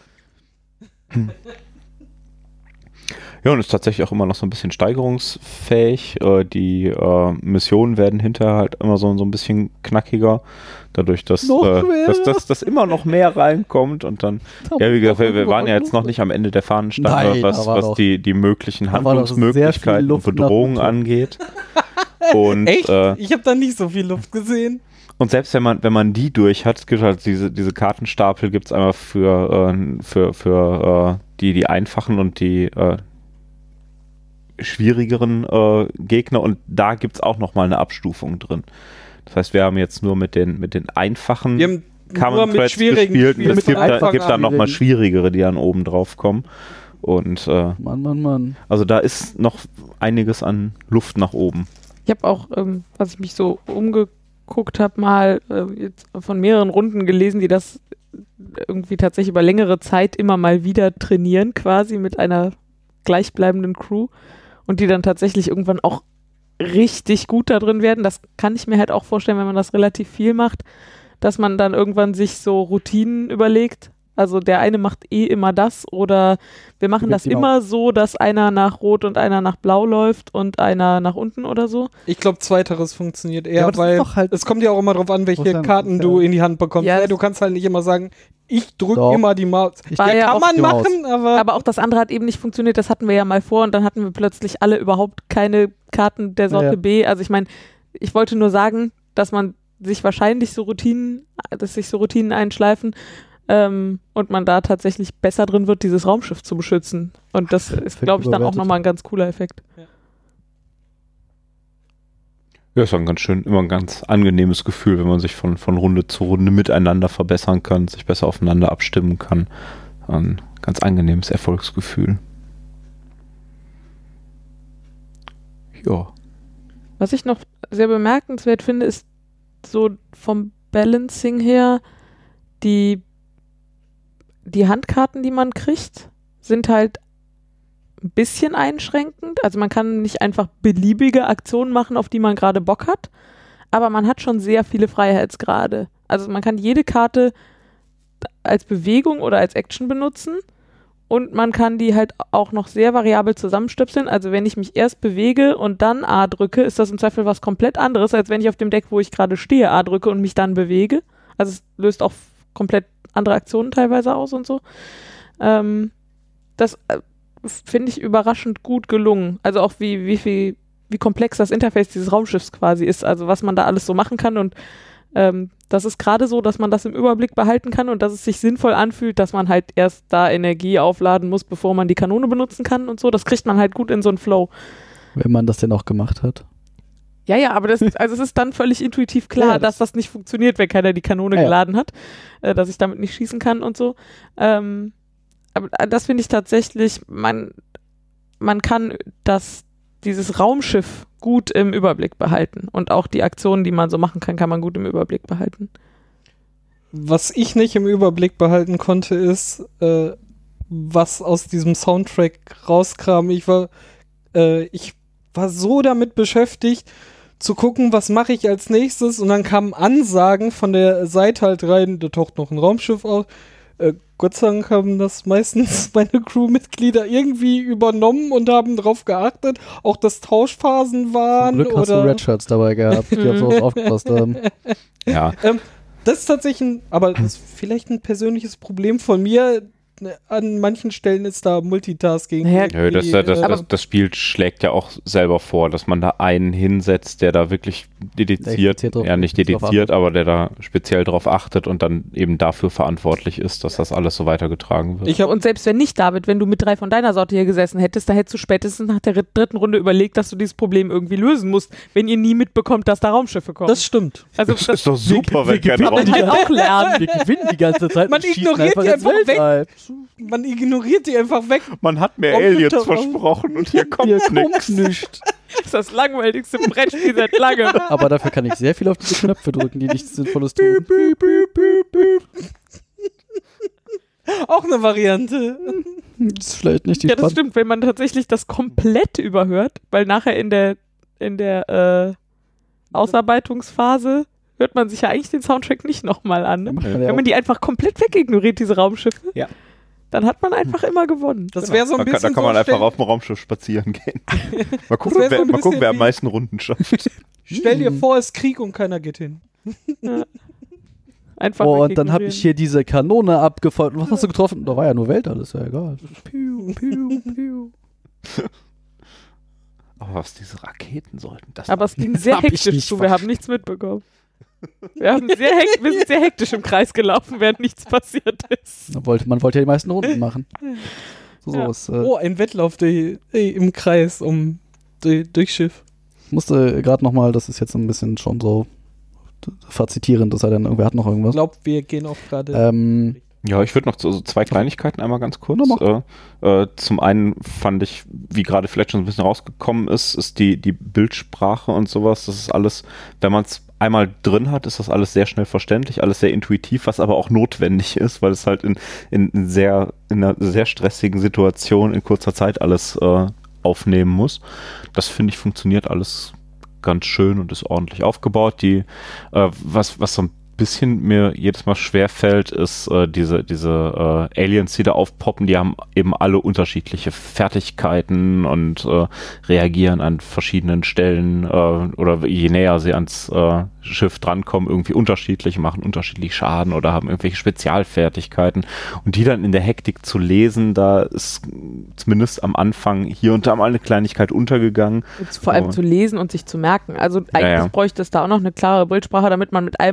Ja, und ist tatsächlich auch immer noch so ein bisschen steigerungsfähig. Äh, die äh, Missionen werden hinterher halt immer so, so ein bisschen knackiger, dadurch, dass, Noch äh, mehr? dass, dass, dass immer noch mehr reinkommt und dann, ja, wie gesagt, wir, wir waren ja jetzt noch nicht am Ende der Fahnenstange, Nein, was, da war was doch- die, die möglichen da war doch sehr viel Handlungsmöglichkeiten und Luft nach Bedrohungen unten. angeht. Und, Echt? äh, Ich habe da nicht so viel Luft gesehen. und selbst wenn man, wenn man die durch hat, es gibt halt diese, diese Kartenstapel gibt es einmal für, äh, für, für äh, die, die einfachen und die äh, schwierigeren äh, Gegner und da gibt es auch nochmal eine Abstufung drin. Das heißt, wir haben jetzt nur mit den, mit den einfachen Wir haben nur Common mit Threads schwierigen gespielt und Spielen es von gibt, da, Anfang gibt an. dann nochmal schwierigere, die dann oben drauf kommen. Und äh, Mann, Mann, Mann. also da ist noch einiges an Luft nach oben. Ich habe auch, ähm, was ich mich so umgeguckt habe, mal äh, jetzt von mehreren Runden gelesen, die das irgendwie tatsächlich über längere Zeit immer mal wieder trainieren, quasi mit einer gleichbleibenden Crew und die dann tatsächlich irgendwann auch richtig gut da drin werden. Das kann ich mir halt auch vorstellen, wenn man das relativ viel macht, dass man dann irgendwann sich so Routinen überlegt. Also der eine macht eh immer das oder wir machen Du das willst ihm immer so, dass einer nach Rot und einer nach Blau läuft und einer nach unten oder so. Ich glaube, zweiteres funktioniert Ja, eher, aber das ist weil doch halt- es kommt ja auch immer darauf an, welche Muss sagen, Karten ja. du in die Hand bekommst. Ja, Ja, das- du kannst halt nicht immer sagen, ich drücke Doch. immer die Maus. Ich War ja, ja kann auch man die Maus. machen, aber, Aber auch das andere hat eben nicht funktioniert, das hatten wir ja mal vor und dann hatten wir plötzlich alle überhaupt keine Karten der Sorte Ja, ja. B. Also ich meine, ich wollte nur sagen, dass man sich wahrscheinlich so Routinen, dass sich so Routinen einschleifen, ähm, und man da tatsächlich besser drin wird, dieses Raumschiff zu beschützen. Und das ist, glaube ich, dann auch nochmal ein ganz cooler Effekt. Ja. Ja, ist ein ganz schön, immer ein ganz angenehmes Gefühl, wenn man sich von, von Runde zu Runde miteinander verbessern kann, sich besser aufeinander abstimmen kann. Ein ganz angenehmes Erfolgsgefühl. Ja. Was ich noch sehr bemerkenswert finde, ist so vom Balancing her, die, die Handkarten, die man kriegt, sind halt ein bisschen einschränkend. Also man kann nicht einfach beliebige Aktionen machen, auf die man gerade Bock hat, aber man hat schon sehr viele Freiheitsgrade. Also man kann jede Karte als Bewegung oder als Action benutzen und man kann die halt auch noch sehr variabel zusammenstöpseln. Also wenn ich mich erst bewege und dann A drücke, ist das im Zweifel was komplett anderes, als wenn ich auf dem Deck, wo ich gerade stehe, A drücke und mich dann bewege. Also es löst auch komplett andere Aktionen teilweise aus und so. Ähm, das äh, finde ich überraschend gut gelungen. Also auch wie, wie viel, wie komplex das Interface dieses Raumschiffs quasi ist. Also was man da alles so machen kann und ähm, das ist gerade so, dass man das im Überblick behalten kann und dass es sich sinnvoll anfühlt, dass man halt erst da Energie aufladen muss, bevor man die Kanone benutzen kann und so. Das kriegt man halt gut in so einen Flow. Wenn man das denn auch gemacht hat. Ja, ja, aber das, also es ist dann völlig intuitiv klar, Ja, das dass das nicht funktioniert, wenn keiner die Kanone Ja, ja. geladen hat, äh, dass ich damit nicht schießen kann und so. Ähm, aber das finde ich tatsächlich, man, man kann das, dieses Raumschiff gut im Überblick behalten und auch die Aktionen, die man so machen kann, kann man gut im Überblick behalten. Was ich nicht im Überblick behalten konnte, ist, äh, was aus diesem Soundtrack rauskam. Ich war, äh, ich war so damit beschäftigt, zu gucken, was mache ich als nächstes, und dann kamen Ansagen von der Seite halt rein, da taucht noch ein Raumschiff auf. Äh, Gott sei Dank haben das meistens meine Crewmitglieder irgendwie übernommen und haben drauf geachtet, auch dass Tauschphasen waren. Zum Glück hast oder du Redshirts dabei gehabt, die auf sowas aufgepasst haben. Ja. Ähm, das ist tatsächlich ein, aber das ist vielleicht ein persönliches Problem von mir. An manchen Stellen ist da Multitasking. Naja, Nö, das, Die, das, das, äh, das, das Spiel schlägt ja auch selber vor, dass man da einen hinsetzt, der da wirklich dediziert, dediziert drauf- ja nicht drauf dediziert, aber der da speziell drauf achtet und dann eben dafür verantwortlich ist, dass das alles so weitergetragen wird. ich hab, Und selbst wenn nicht, David, wenn du mit drei von deiner Sorte hier gesessen hättest, da hättest du spätestens nach der dritten Runde überlegt, dass du dieses Problem irgendwie lösen musst, wenn ihr nie mitbekommt, dass da Raumschiffe kommen. das stimmt. also das ist doch super, wenn kein gewinnen Raum... man halt auch lernen. Wir gewinnen die ganze Zeit. Man und schießen ignoriert die ins einfach weg. Weltall. Man ignoriert die einfach weg. Man hat mir Raum Aliens hinter Raum. versprochen und hier kommt Hier nichts. kommt nichts. Das ist das langweiligste Brettspiel seit langem. Aber dafür kann ich sehr viel auf diese Knöpfe drücken, die nichts Sinnvolles tun. Auch eine Variante. Das ist vielleicht nicht die Ja, das Spann- stimmt, wenn man tatsächlich das komplett überhört, weil nachher in der, in der äh, Ausarbeitungsphase hört man sich ja eigentlich den Soundtrack nicht nochmal an. Ne? Macht man ja Wenn auch. man die einfach komplett wegignoriert, diese Raumschiffe, Ja. dann hat man einfach immer gewonnen. Das wäre so ein Da kann, bisschen da kann man so einfach stell, auf dem Raumschiff spazieren gehen. Mal gucken, wär so wer, ein mal gucken bisschen wer am wie- meisten Runden schafft. stell dir Hm. vor, es ist Krieg und keiner geht hin. Einfach Oh, und dann habe wegignorieren. ich hier diese Kanone abgefeuert. Was hast du getroffen? Da war ja nur Weltall, ist ja egal. Piu, piu, piu. Oh, was diese Raketen sollten. Das Aber es ging sehr hab ich hektisch nicht zu, wir haben nichts mitbekommen. Wir, haben sehr hekt wir sind sehr hektisch im Kreis gelaufen, während nichts passiert ist. Man wollte, man wollte ja die meisten Runden machen. So Ja. sowas. Äh, Oh, ein Wettlauf durch, ey, im Kreis um durch, durchs Schiff. Ich musste gerade nochmal, das ist jetzt ein bisschen schon so fazitierend, dass er dann irgendwer hat noch Ich irgendwas. glaube, wir gehen auch gerade. Ähm, Ja, ich würde noch so, so zwei Kleinigkeiten einmal ganz kurz. Na, mach. Äh, äh, zum einen fand ich, wie gerade vielleicht schon ein bisschen rausgekommen ist, ist die, die Bildsprache und sowas. Das ist alles, wenn man es einmal drin hat, ist das alles sehr schnell verständlich, alles sehr intuitiv, was aber auch notwendig ist, weil es halt in, in, in, sehr, in einer sehr stressigen Situation in kurzer Zeit alles äh, aufnehmen muss. Das finde ich funktioniert alles ganz schön und ist ordentlich aufgebaut. Die, äh, was, was so ein bisschen mir jedes Mal schwerfällt, ist äh, diese, diese äh, Aliens, die da aufpoppen, die haben eben alle unterschiedliche Fertigkeiten und äh, reagieren an verschiedenen Stellen äh, oder je näher sie ans äh, Schiff drankommen, irgendwie unterschiedlich, machen unterschiedlich Schaden oder haben irgendwelche Spezialfertigkeiten. Und die dann in der Hektik zu lesen, da ist zumindest am Anfang hier und da mal eine Kleinigkeit untergegangen. Und vor allem Oh. zu lesen und sich zu merken. Also eigentlich Ja, ja. bräuchte es da auch noch eine klare Bildsprache, damit man mit einem Blick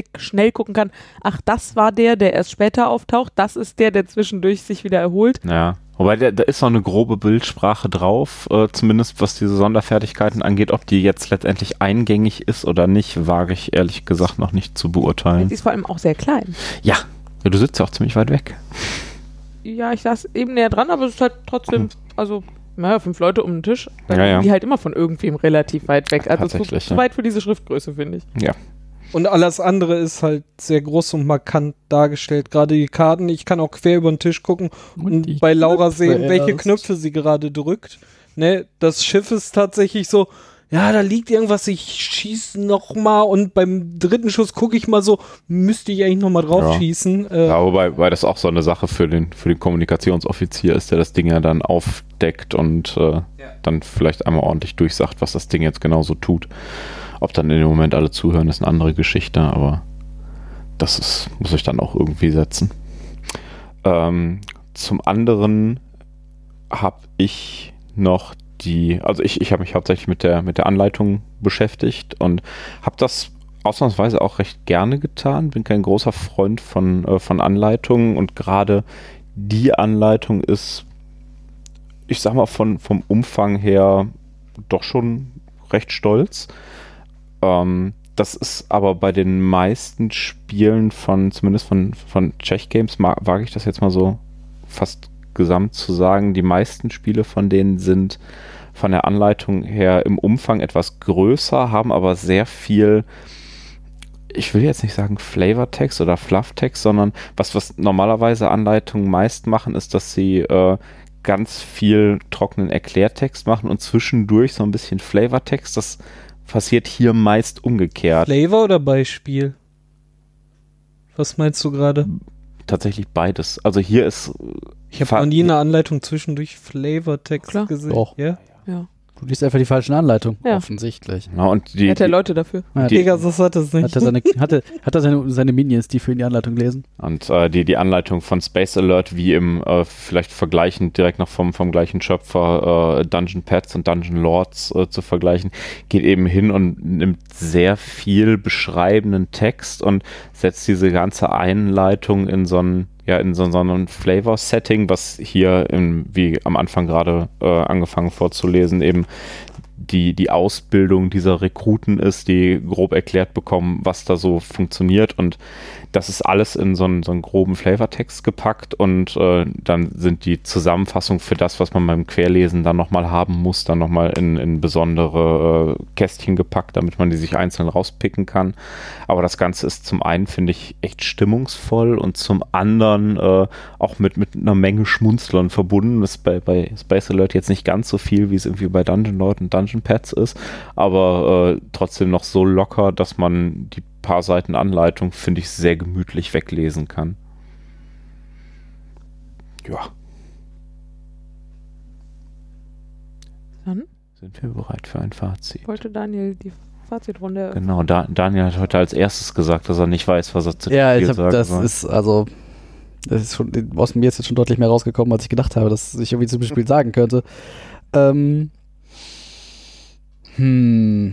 schnell gucken kann, ach, das war der, der erst später auftaucht, das ist der, der zwischendurch sich wieder erholt. Ja, wobei da, da ist noch eine grobe Bildsprache drauf, äh, zumindest was diese Sonderfertigkeiten angeht. Ob die jetzt letztendlich eingängig ist oder nicht, wage ich ehrlich gesagt noch nicht zu beurteilen. Sie ist vor allem auch sehr klein. Ja, ja, du sitzt ja auch ziemlich weit weg. Ja, ich saß eben näher dran, aber es ist halt trotzdem, also naja, fünf Leute um den Tisch, Ja, ja. die halt immer von irgendwem relativ weit weg. Also zu, Tatsächlich, zu ja. weit für diese Schriftgröße, finde ich. Ja. Und alles andere ist halt sehr groß und markant dargestellt. Gerade die Karten, ich kann auch quer über den Tisch gucken und, Und die bei Laura Knöpfe sehen, welche erst. Knöpfe sie gerade drückt. Ne, das Schiff ist tatsächlich so, ja, da liegt irgendwas, ich schieße noch mal und beim dritten Schuss gucke ich mal so, müsste ich eigentlich noch mal drauf Ja. schießen. Äh, Ja, wobei, wobei das auch so eine Sache für den, für den Kommunikationsoffizier ist, der das Ding ja dann aufdeckt und äh, dann vielleicht einmal ordentlich durchsagt, was das Ding jetzt genauso tut. Ob dann in dem Moment alle zuhören, ist eine andere Geschichte, aber das ist, muss ich dann auch irgendwie setzen. Ähm, zum anderen habe ich noch die, also ich, ich habe mich hauptsächlich mit der, mit der Anleitung beschäftigt und habe das ausnahmsweise auch recht gerne getan. Bin kein großer Freund von, äh, von Anleitungen und gerade die Anleitung ist, ich sag mal, von, vom Umfang her doch schon recht stolz. Ähm, das ist aber bei den meisten Spielen von, zumindest von, von Czech Games, ma- wage ich das jetzt mal so fast gesamt zu sagen, die meisten Spiele von denen sind von der Anleitung her im Umfang etwas größer, haben aber sehr viel, ich will jetzt nicht sagen Flavortext oder Flufftext, sondern was, was normalerweise Anleitungen meist machen, ist, dass sie äh, ganz viel trockenen Erklärtext machen und zwischendurch so ein bisschen Flavortext. Das passiert hier meist umgekehrt. Flavor oder Beispiel? Was meinst du gerade? Tatsächlich beides. Also hier ist Ich habe noch nie eine Anleitung zwischendurch Flavortext Klar. gesehen. Doch. Ja? Ja. Du liest einfach die falschen Anleitungen, Ja. offensichtlich. ja, und die, Hat er die, Leute dafür? Ja, Die- Pegasus hat es nicht. hat er seine, hat er, hat er seine, seine Minions, die für ihn die Anleitung lesen? und äh, die, die Anleitung von Space Alert, wie im äh, vielleicht vergleichend direkt noch vom, vom gleichen Schöpfer äh, Dungeon Pets und Dungeon Lords äh, zu vergleichen, geht eben hin und nimmt sehr viel beschreibenden Text und setzt diese ganze Einleitung in so ein ja, in so, so einem Flavor-Setting, was hier, im, wie am Anfang gerade äh, angefangen vorzulesen, eben die, die Ausbildung dieser Rekruten ist, die grob erklärt bekommen, was da so funktioniert, und das ist alles in so einen, so einen groben Flavortext gepackt, und äh, dann sind die Zusammenfassungen für das, was man beim Querlesen dann nochmal haben muss, dann nochmal in, in besondere äh, Kästchen gepackt, damit man die sich einzeln rauspicken kann. Aber das Ganze ist zum einen, finde ich, echt stimmungsvoll und zum anderen äh, auch mit, mit einer Menge Schmunzlern verbunden. Das ist bei, bei Space Alert jetzt nicht ganz so viel, wie es irgendwie bei Dungeon Lord und Dungeon Pets ist, aber äh, trotzdem noch so locker, dass man die paar Seiten Anleitung, finde ich, sehr gemütlich weglesen kann. Ja. Dann Sind wir bereit für ein Fazit? wollte Daniel die Fazitrunde eröffnen. Genau, da, Daniel hat heute als erstes gesagt, dass er nicht weiß, was er zu Ja, viel ich hab, sagen das soll. ist also, das ist schon, aus mir ist jetzt schon deutlich mehr rausgekommen, als ich gedacht habe, dass ich irgendwie zum Spiel sagen könnte. Ähm, hm.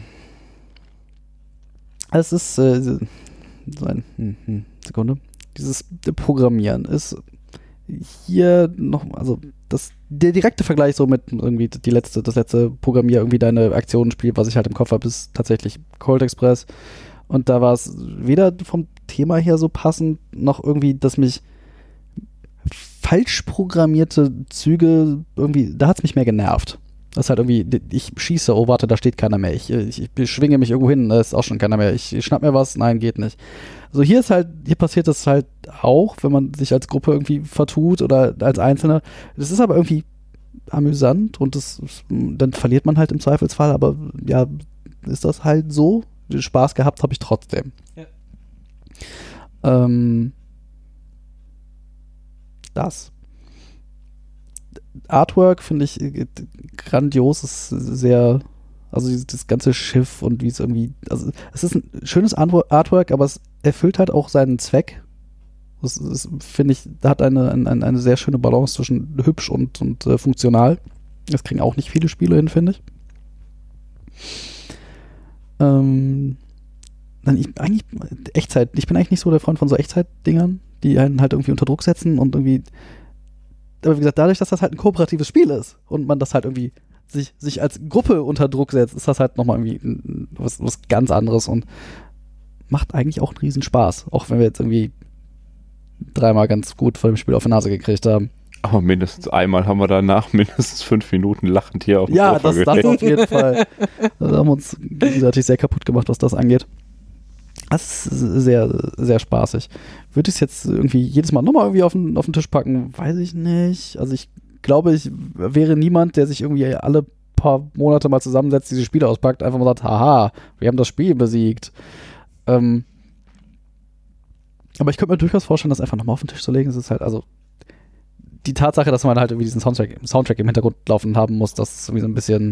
Es ist, äh, so ein, hm, hm, Sekunde. Dieses Programmieren ist hier noch, also das, der direkte Vergleich so mit irgendwie die letzte, das letzte Programmier, irgendwie deine Aktionenspiel, was ich halt im Kopf habe, ist tatsächlich Cold Express. Und da war es weder vom Thema her so passend, noch irgendwie, dass mich falsch programmierte Züge irgendwie, da hat es mich mehr genervt. Das ist halt irgendwie, ich schieße, oh warte, da steht keiner mehr. Ich, ich, ich schwinge mich irgendwo hin, da ist auch schon keiner mehr. Ich, ich schnapp mir was, nein, geht nicht. Also hier ist halt, hier passiert das halt auch, wenn man sich als Gruppe irgendwie vertut oder als Einzelner. Das ist aber irgendwie amüsant und das, dann verliert man halt im Zweifelsfall, aber ja, ist das halt so. Spaß gehabt habe ich trotzdem. Ja. Ähm, das. Artwork finde ich äh, grandios, ist sehr, also dieses, das ganze Schiff und wie es irgendwie, also es ist ein schönes Artwork, aber es erfüllt halt auch seinen Zweck. Das ist, finde ich, da hat eine, eine, eine sehr schöne Balance zwischen hübsch und, und äh, funktional. Das kriegen auch nicht viele Spiele hin, finde ich. Ähm, dann ich, eigentlich Echtzeit, ich bin eigentlich nicht so der Freund von so Echtzeit-Dingern, die einen halt irgendwie unter Druck setzen und irgendwie, aber wie gesagt, dadurch, dass das halt ein kooperatives Spiel ist und man das halt irgendwie sich, sich als Gruppe unter Druck setzt, ist das halt nochmal irgendwie was, was ganz anderes und macht eigentlich auch einen riesen Spaß, auch wenn wir jetzt irgendwie dreimal ganz gut vor dem Spiel auf die Nase gekriegt haben. Aber mindestens einmal haben wir danach mindestens fünf Minuten lachend hier auf dem Ja, Sofa das, das auf jeden Fall. Da haben wir uns gegenseitig sehr kaputt gemacht, was das angeht. Das ist sehr, sehr spaßig. Würde ich es jetzt irgendwie jedes Mal nochmal irgendwie auf den, auf den Tisch packen? Weiß ich nicht. Also ich glaube, ich wäre niemand, der sich irgendwie alle paar Monate mal zusammensetzt, diese Spiele auspackt, einfach mal sagt, haha, wir haben das Spiel besiegt. Ähm, aber ich könnte mir durchaus vorstellen, das einfach nochmal auf den Tisch zu legen. Es ist halt, also die Tatsache, dass man halt irgendwie diesen Soundtrack, Soundtrack im Hintergrund laufen haben muss, das ist irgendwie so ein bisschen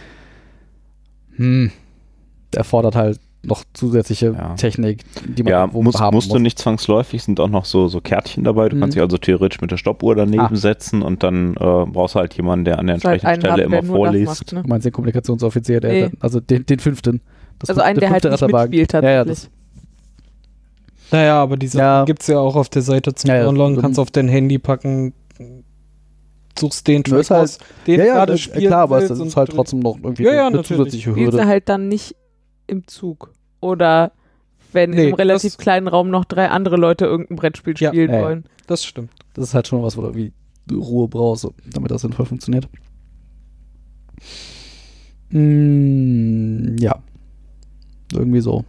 hm, der erfordert halt noch zusätzliche ja. Technik, die man ja, irgendwo muss, haben musst muss. du nicht zwangsläufig, sind auch noch so, so Kärtchen dabei. Du Mhm. kannst dich also theoretisch mit der Stoppuhr daneben Ah. setzen und dann äh, brauchst du halt jemanden, der an der Muss halt entsprechenden einen Stelle haben, der immer nur das vorliest. macht, ne? Du meinst den Kommunikationsoffizier, der, Nee. der, also den, den fünften. Das Also einen, der halt fünfte nicht Ratterwagen. mitspielt Ja, ja, tatsächlich. das, Naja, aber diese Ja. gibt es ja auch auf der Seite zum Ja, ja. Downloaden, kannst auf dein Handy packen, suchst den Das ist Track halt- aus, den ja, du ja, gerade das, spielen klar, aber es willst ist und halt drin- trotzdem noch irgendwie Ja, ja, eine natürlich. zusätzliche Spielst Hürde. du halt dann nicht im Zug. Oder wenn in Nee, einem relativ das- kleinen Raum noch drei andere Leute irgendein Brettspiel Ja. spielen Ja, ja. wollen. Das stimmt. Das ist halt schon was, wo du irgendwie Ruhe brauchst, so, damit das sinnvoll funktioniert. Mm, ja. Irgendwie so.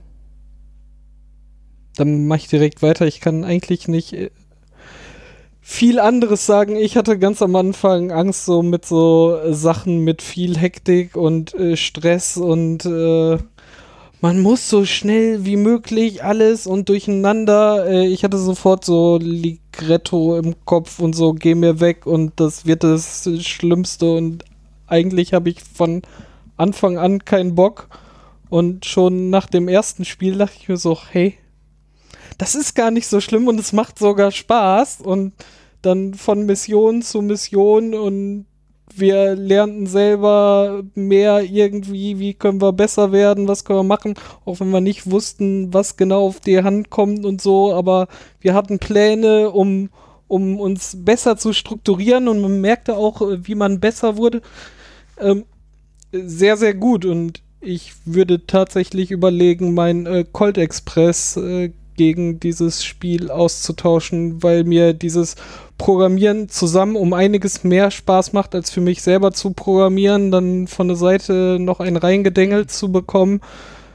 Dann mache ich direkt weiter. Ich kann eigentlich nicht äh, viel anderes sagen. Ich hatte ganz am Anfang Angst so mit so äh, Sachen mit viel Hektik und äh, Stress und äh, man muss so schnell wie möglich alles und durcheinander. Äh, ich hatte sofort so Ligretto im Kopf und so, geh mir weg und das wird das Schlimmste und eigentlich habe ich von Anfang an keinen Bock und schon nach dem ersten Spiel dachte ich mir so, hey, das ist gar nicht so schlimm und es macht sogar Spaß und dann von Mission zu Mission und wir lernten selber mehr irgendwie, wie können wir besser werden, was können wir machen, auch wenn wir nicht wussten, was genau auf die Hand kommt und so, aber wir hatten Pläne, um, um uns besser zu strukturieren und man merkte auch, wie man besser wurde. Ähm, sehr, sehr gut und ich würde tatsächlich überlegen, mein äh, Colt Express äh, gegen dieses Spiel auszutauschen, weil mir dieses Programmieren zusammen um einiges mehr Spaß macht, als für mich selber zu programmieren, dann von der Seite noch ein reingedengelt zu bekommen.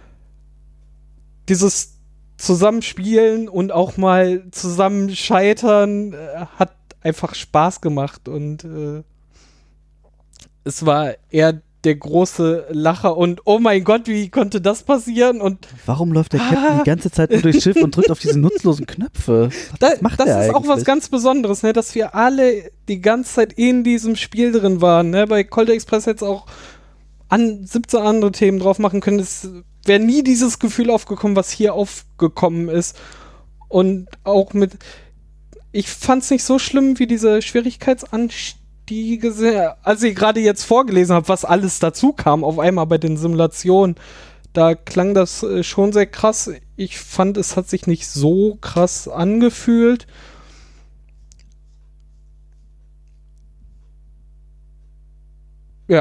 Dieses Zusammenspielen und auch mal zusammen scheitern äh, hat einfach Spaß gemacht und äh, es war eher der große Lacher und oh mein Gott, wie konnte das passieren? Und Warum läuft der Captain Ah. die ganze Zeit nur durchs Schiff und drückt auf diese nutzlosen Knöpfe? da, macht das der ist auch was eigentlich? ganz Besonderes, ne? Dass wir alle die ganze Zeit in diesem Spiel drin waren. Ne? Bei Colt Express hätte es auch an siebzehn andere Themen drauf machen können. Es wäre nie dieses Gefühl aufgekommen, was hier aufgekommen ist. Und auch mit, ich fand es nicht so schlimm wie diese Schwierigkeitsanstiege, als ich gerade jetzt vorgelesen habe, was alles dazu kam, auf einmal bei den Simulationen. Da klang das äh, schon sehr krass. Ich fand, es hat sich nicht so krass angefühlt. Ja.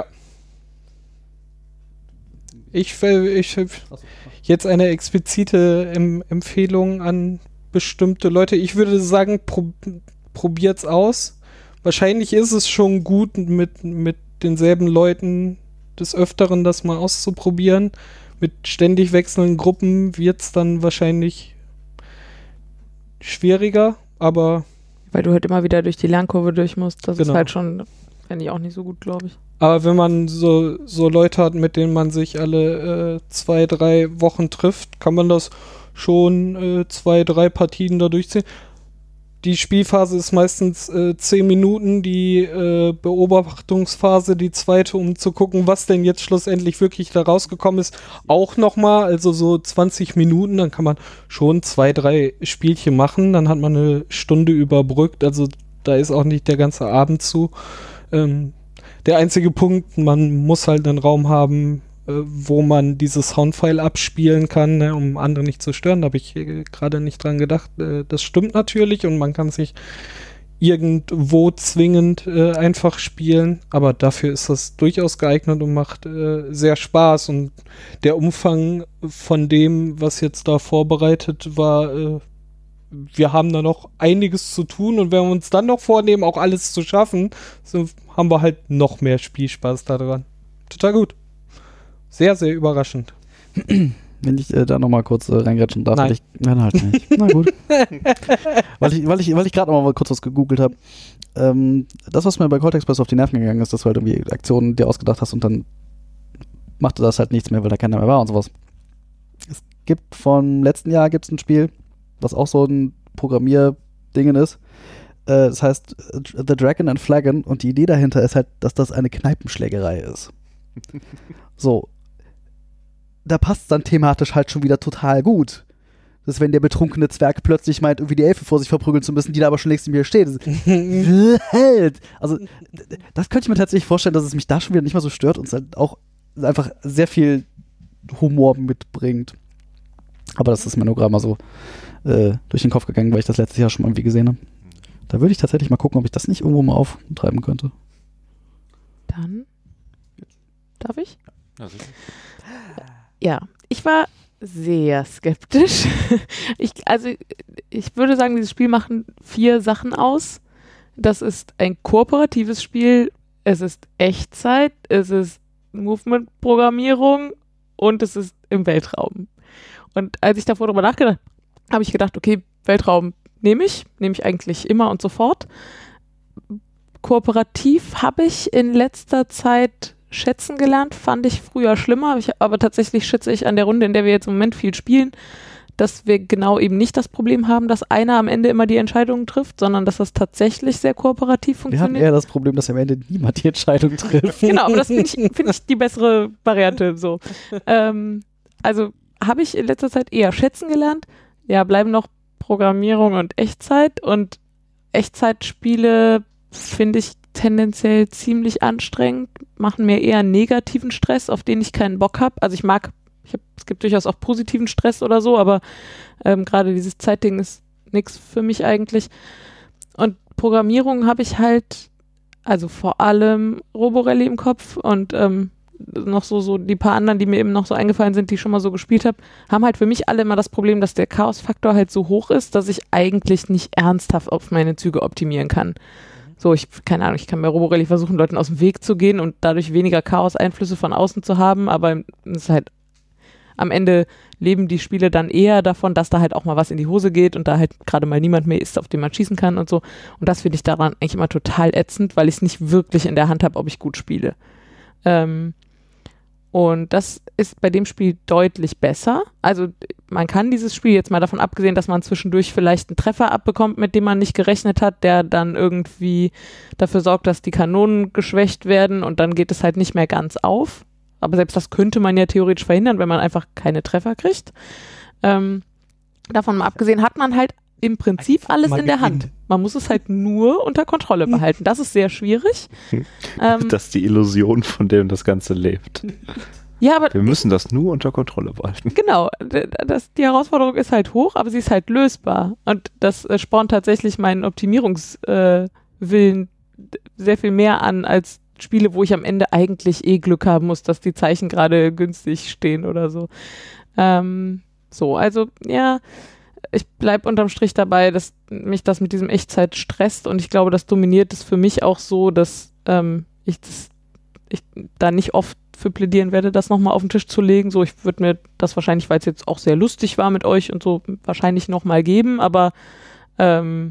Ich will ich, jetzt eine explizite em Empfehlung an bestimmte Leute. Ich würde sagen, pro probiert's aus. Wahrscheinlich ist es schon gut, mit, mit denselben Leuten des Öfteren das mal auszuprobieren. Mit ständig wechselnden Gruppen wird es dann wahrscheinlich schwieriger, aber Weil du halt immer wieder durch die Lernkurve durch musst. Das Genau. ist halt schon, fände ich auch nicht so gut, glaube ich. Aber wenn man so, so Leute hat, mit denen man sich alle äh, zwei, drei Wochen trifft, kann man das schon äh, zwei, drei Partien da durchziehen. Die Spielphase ist meistens äh, zehn Minuten, die äh, Beobachtungsphase, die zweite, um zu gucken, was denn jetzt schlussendlich wirklich da rausgekommen ist, auch nochmal, also so zwanzig Minuten, dann kann man schon zwei, drei Spielchen machen, dann hat man eine Stunde überbrückt, also da ist auch nicht der ganze Abend zu. Ähm, Der einzige Punkt, man muss halt einen Raum haben, äh, wo man dieses Soundfile abspielen kann, ne, um andere nicht zu stören. Da habe ich äh, gerade nicht dran gedacht. Äh, das stimmt natürlich und man kann sich irgendwo zwingend äh, einfach spielen, aber dafür ist das durchaus geeignet und macht äh, sehr Spaß. Und der Umfang von dem, was jetzt da vorbereitet war, äh, wir haben da noch einiges zu tun und wenn wir uns dann noch vornehmen, auch alles zu schaffen, so haben wir halt noch mehr Spielspaß daran. Total gut. Sehr, sehr überraschend. Wenn ich äh, da nochmal kurz äh, reingrätschen darf, Nein. ich, nein, halt nicht. Na gut. weil ich, weil ich, weil ich gerade nochmal kurz was gegoogelt habe. Ähm, das, was mir bei Colt Express auf die Nerven gegangen ist, dass du halt irgendwie Aktionen dir ausgedacht hast und dann machte das halt nichts mehr, weil da keiner mehr war und sowas. Es gibt vom letzten Jahr gibt's ein Spiel, was auch so ein Programmierdingen ist. Äh, das heißt The Dragon and Flagon und die Idee dahinter ist halt, dass das eine Kneipenschlägerei ist. So. Da passt es dann thematisch halt schon wieder total gut. Das ist, wenn der betrunkene Zwerg plötzlich meint, irgendwie die Elfe vor sich verprügeln zu müssen, die da aber schon längst in mir steht. Halt! Also, das könnte ich mir tatsächlich vorstellen, dass es mich da schon wieder nicht mehr so stört und es halt auch einfach sehr viel Humor mitbringt. Aber das ist mir nur gerade mal so äh, durch den Kopf gegangen, weil ich das letztes Jahr schon mal irgendwie gesehen habe. Da würde ich tatsächlich mal gucken, ob ich das nicht irgendwo mal auftreiben könnte. Dann darf ich? Ja, sicher. Ja, ich war sehr skeptisch. Ich, also ich würde sagen, dieses Spiel machen vier Sachen aus. Das ist ein kooperatives Spiel, es ist Echtzeit, es ist Movement-Programmierung und es ist im Weltraum. Und als ich davor drüber nachgedacht habe, habe ich gedacht, okay, Weltraum nehme ich, nehme ich eigentlich immer und sofort. Kooperativ habe ich in letzter Zeit schätzen gelernt, fand ich früher schlimmer, ich, aber tatsächlich schätze ich an der Runde, in der wir jetzt im Moment viel spielen, dass wir genau eben nicht das Problem haben, dass einer am Ende immer die Entscheidungen trifft, sondern dass das tatsächlich sehr kooperativ Wir funktioniert. haben eher das Problem, dass am Ende niemand die Entscheidung trifft. Genau, aber das finde ich, find ich die bessere Variante. So. Ähm, also habe ich in letzter Zeit eher schätzen gelernt. Ja, bleiben noch Programmierung und Echtzeit und Echtzeitspiele finde ich tendenziell ziemlich anstrengend, machen mir eher negativen Stress, auf den ich keinen Bock habe. Also ich mag, ich hab, es gibt durchaus auch positiven Stress oder so, aber ähm, gerade dieses Zeitding ist nichts für mich eigentlich. Und Programmierung habe ich halt, also vor allem Roborally im Kopf und ähm, noch so, so die paar anderen, die mir eben noch so eingefallen sind, die ich schon mal so gespielt habe, haben halt für mich alle immer das Problem, dass der Chaos-Faktor halt so hoch ist, dass ich eigentlich nicht ernsthaft auf meine Züge optimieren kann. So, ich, keine Ahnung, ich kann bei Roborally versuchen, Leuten aus dem Weg zu gehen und dadurch weniger Chaos-Einflüsse von außen zu haben, aber es ist halt, am Ende leben die Spiele dann eher davon, dass da halt auch mal was in die Hose geht und da halt gerade mal niemand mehr ist, auf den man schießen kann und so. Und das finde ich daran eigentlich immer total ätzend, weil ich es nicht wirklich in der Hand habe, ob ich gut spiele. Ähm, Und das ist bei dem Spiel deutlich besser. Also man kann dieses Spiel, jetzt mal davon abgesehen, dass man zwischendurch vielleicht einen Treffer abbekommt, mit dem man nicht gerechnet hat, der dann irgendwie dafür sorgt, dass die Kanonen geschwächt werden und dann geht es halt nicht mehr ganz auf. Aber selbst das könnte man ja theoretisch verhindern, wenn man einfach keine Treffer kriegt. Ähm, davon mal abgesehen hat man halt im Prinzip alles in der Hand. Man muss es halt nur unter Kontrolle behalten. Das ist sehr schwierig. ähm, das ist die Illusion, von der das Ganze lebt. Ja, aber wir müssen das nur unter Kontrolle behalten. Genau, das, die Herausforderung ist halt hoch, aber sie ist halt lösbar. Und das äh, spornt tatsächlich meinen Optimierungswillen äh, sehr viel mehr an als Spiele, wo ich am Ende eigentlich eh Glück haben muss, dass die Zeichen gerade günstig stehen oder so. Ähm, so, also ja, ich bleibe unterm Strich dabei, dass mich das mit diesem Echtzeit stresst und ich glaube, das dominiert es für mich auch so, dass ähm, ich, das, ich da nicht oft für plädieren werde, das nochmal auf den Tisch zu legen. So, ich würde mir das wahrscheinlich, weil es jetzt auch sehr lustig war mit euch und so, wahrscheinlich nochmal geben, aber ähm,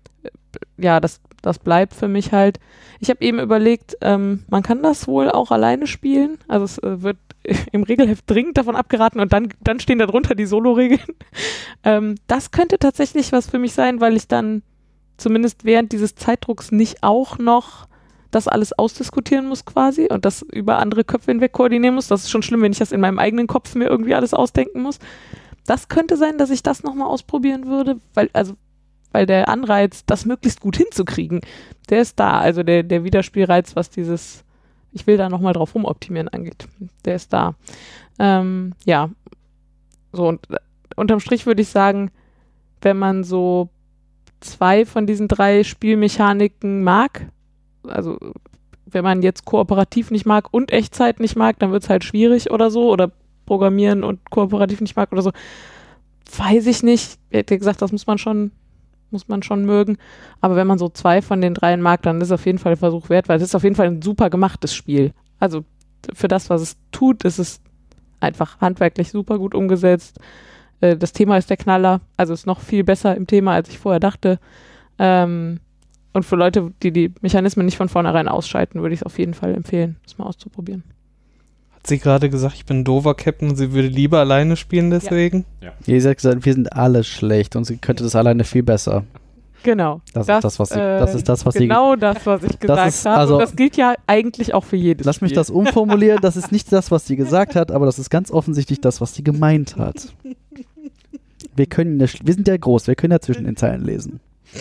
ja, das, das bleibt für mich halt. Ich habe eben überlegt, ähm, man kann das wohl auch alleine spielen, also es äh, wird im Regelheft dringend davon abgeraten und dann, dann stehen da drunter die Solo-Regeln. ähm, das könnte tatsächlich was für mich sein, weil ich dann zumindest während dieses Zeitdrucks nicht auch noch das alles ausdiskutieren muss quasi und das über andere Köpfe hinweg koordinieren muss. Das ist schon schlimm, wenn ich das in meinem eigenen Kopf mir irgendwie alles ausdenken muss. Das könnte sein, dass ich das nochmal ausprobieren würde, weil, also, weil der Anreiz, das möglichst gut hinzukriegen, der ist da. Also der, der Wiederspielreiz, was dieses ich will da nochmal drauf rumoptimieren angeht. Der ist da. Ähm, ja, so und äh, unterm Strich würde ich sagen, wenn man so zwei von diesen drei Spielmechaniken mag, also wenn man jetzt kooperativ nicht mag und Echtzeit nicht mag, dann wird es halt schwierig oder so, oder Programmieren und kooperativ nicht mag oder so, weiß ich nicht. Ich hätte gesagt, das muss man schon muss man schon mögen, aber wenn man so zwei von den dreien mag, dann ist es auf jeden Fall ein Versuch wert, weil es ist auf jeden Fall ein super gemachtes Spiel. Also für das, was es tut, ist es einfach handwerklich super gut umgesetzt. Äh, das Thema ist der Knaller, also ist noch viel besser im Thema, als ich vorher dachte. Ähm, und für Leute, die die Mechanismen nicht von vornherein ausschalten, würde ich es auf jeden Fall empfehlen, das mal auszuprobieren. Hat sie gerade gesagt, ich bin ein doofer Captain und sie würde lieber alleine spielen deswegen? Ja. Ja. Sie hat gesagt, wir sind alle schlecht und sie könnte das alleine viel besser. Genau. Das, ist das, was sie, äh, das ist das, was sie... Genau das, was ich gesagt ist, habe. also- Und das gilt ja eigentlich auch für jedes Lass mich Spiel. das umformulieren, das ist nicht das, was sie gesagt hat, aber das ist ganz offensichtlich das, was sie gemeint hat. Wir können, ja, wir sind ja groß, wir können ja zwischen den Zeilen lesen.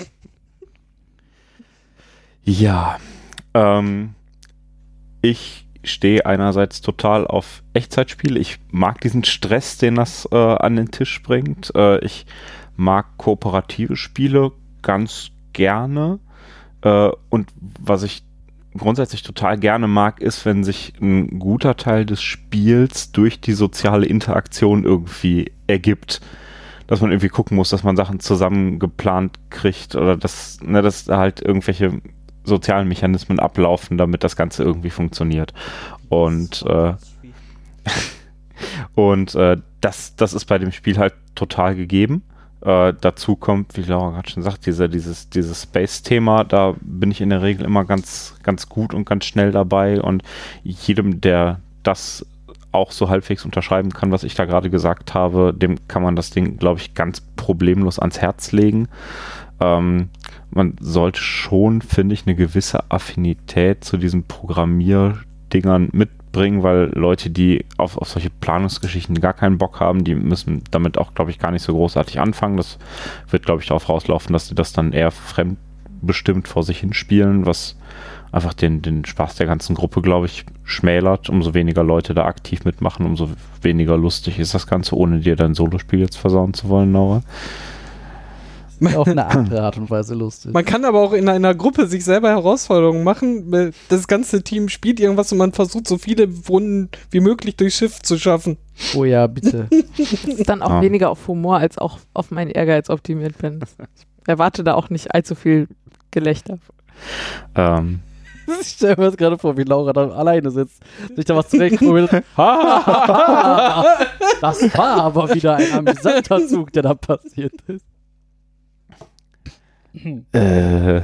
Ja, ähm, ich stehe einerseits total auf Echtzeitspiele. Ich mag diesen Stress, den das äh, an den Tisch bringt. Äh, ich mag kooperative Spiele ganz gerne. Äh, und was ich grundsätzlich total gerne mag, ist, wenn sich ein guter Teil des Spiels durch die soziale Interaktion irgendwie ergibt. Dass man irgendwie gucken muss, dass man Sachen zusammen geplant kriegt oder dass, ne, dass da halt irgendwelche sozialen Mechanismen ablaufen, damit das Ganze irgendwie funktioniert. Und äh, und äh, das, das ist bei dem Spiel halt total gegeben. Äh, dazu kommt, wie Laura gerade schon sagt, diese, dieses, dieses Space-Thema, da bin ich in der Regel immer ganz, ganz gut und ganz schnell dabei und jedem, der das auch so halbwegs unterschreiben kann, was ich da gerade gesagt habe, dem kann man das Ding, glaube ich, ganz problemlos ans Herz legen. Ähm, man sollte schon, finde ich, eine gewisse Affinität zu diesen Programmierdingern mitbringen, weil Leute, die auf, auf solche Planungsgeschichten gar keinen Bock haben, die müssen damit auch, glaube ich, gar nicht so großartig anfangen. Das wird, glaube ich, darauf rauslaufen, dass sie das dann eher fremdbestimmt vor sich hinspielen, was einfach den, den Spaß der ganzen Gruppe, glaube ich, schmälert. Umso weniger Leute da aktiv mitmachen, umso weniger lustig ist das Ganze, ohne dir dein Solospiel jetzt versauen zu wollen, Laura. Auf eine andere Art und Weise lustig. Man kann aber auch in einer Gruppe sich selber Herausforderungen machen. Das ganze Team spielt irgendwas und man versucht, so viele Runden wie möglich durchs Schiff zu schaffen. Oh ja, bitte. Das ist dann auch Ah. weniger auf Humor als auch auf meinen Ehrgeiz optimiert bin. Ich erwarte da auch nicht allzu viel Gelächter. Ähm, Ich stelle mir das gerade vor, wie Laura da alleine sitzt, sich da was zurechtprobelt. Das war aber wieder ein amüsanter Zug, der da passiert ist. äh,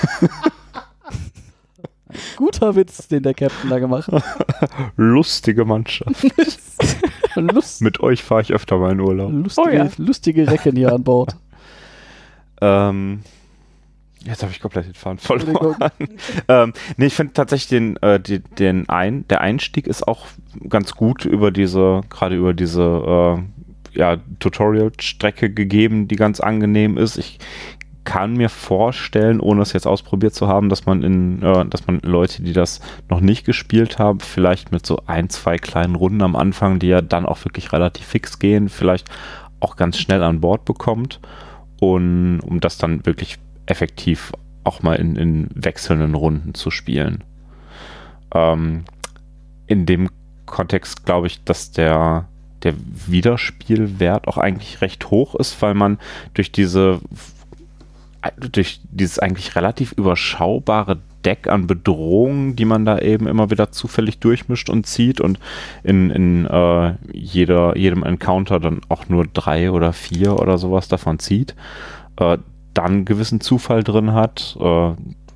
Guter Witz, den der Captain da gemacht hat. lustige Mannschaft. Lust, Mit euch fahre ich öfter mal in Urlaub. lustige, Oh ja. lustige Recken hier an Bord. Ähm, jetzt habe ich komplett den Faden verloren. ähm, nee, ich finde tatsächlich den, äh, die, den ein, der Einstieg ist auch ganz gut über diese, gerade über diese äh, ja, Tutorial-Strecke gegeben, die ganz angenehm ist. Ich kann mir vorstellen, ohne es jetzt ausprobiert zu haben, dass man in, äh, dass man Leute, die das noch nicht gespielt haben, vielleicht mit so ein, zwei kleinen Runden am Anfang, die ja dann auch wirklich relativ fix gehen, vielleicht auch ganz schnell an Bord bekommt. Und um das dann wirklich effektiv auch mal in, in wechselnden Runden zu spielen. Ähm, in dem Kontext glaube ich, dass der, der Wiederspielwert auch eigentlich recht hoch ist, weil man durch diese durch dieses eigentlich relativ überschaubare Deck an Bedrohungen, die man da eben immer wieder zufällig durchmischt und zieht und in, in äh, jeder, jedem Encounter dann auch nur drei oder vier oder sowas davon zieht, äh, dann gewissen Zufall drin hat. Äh,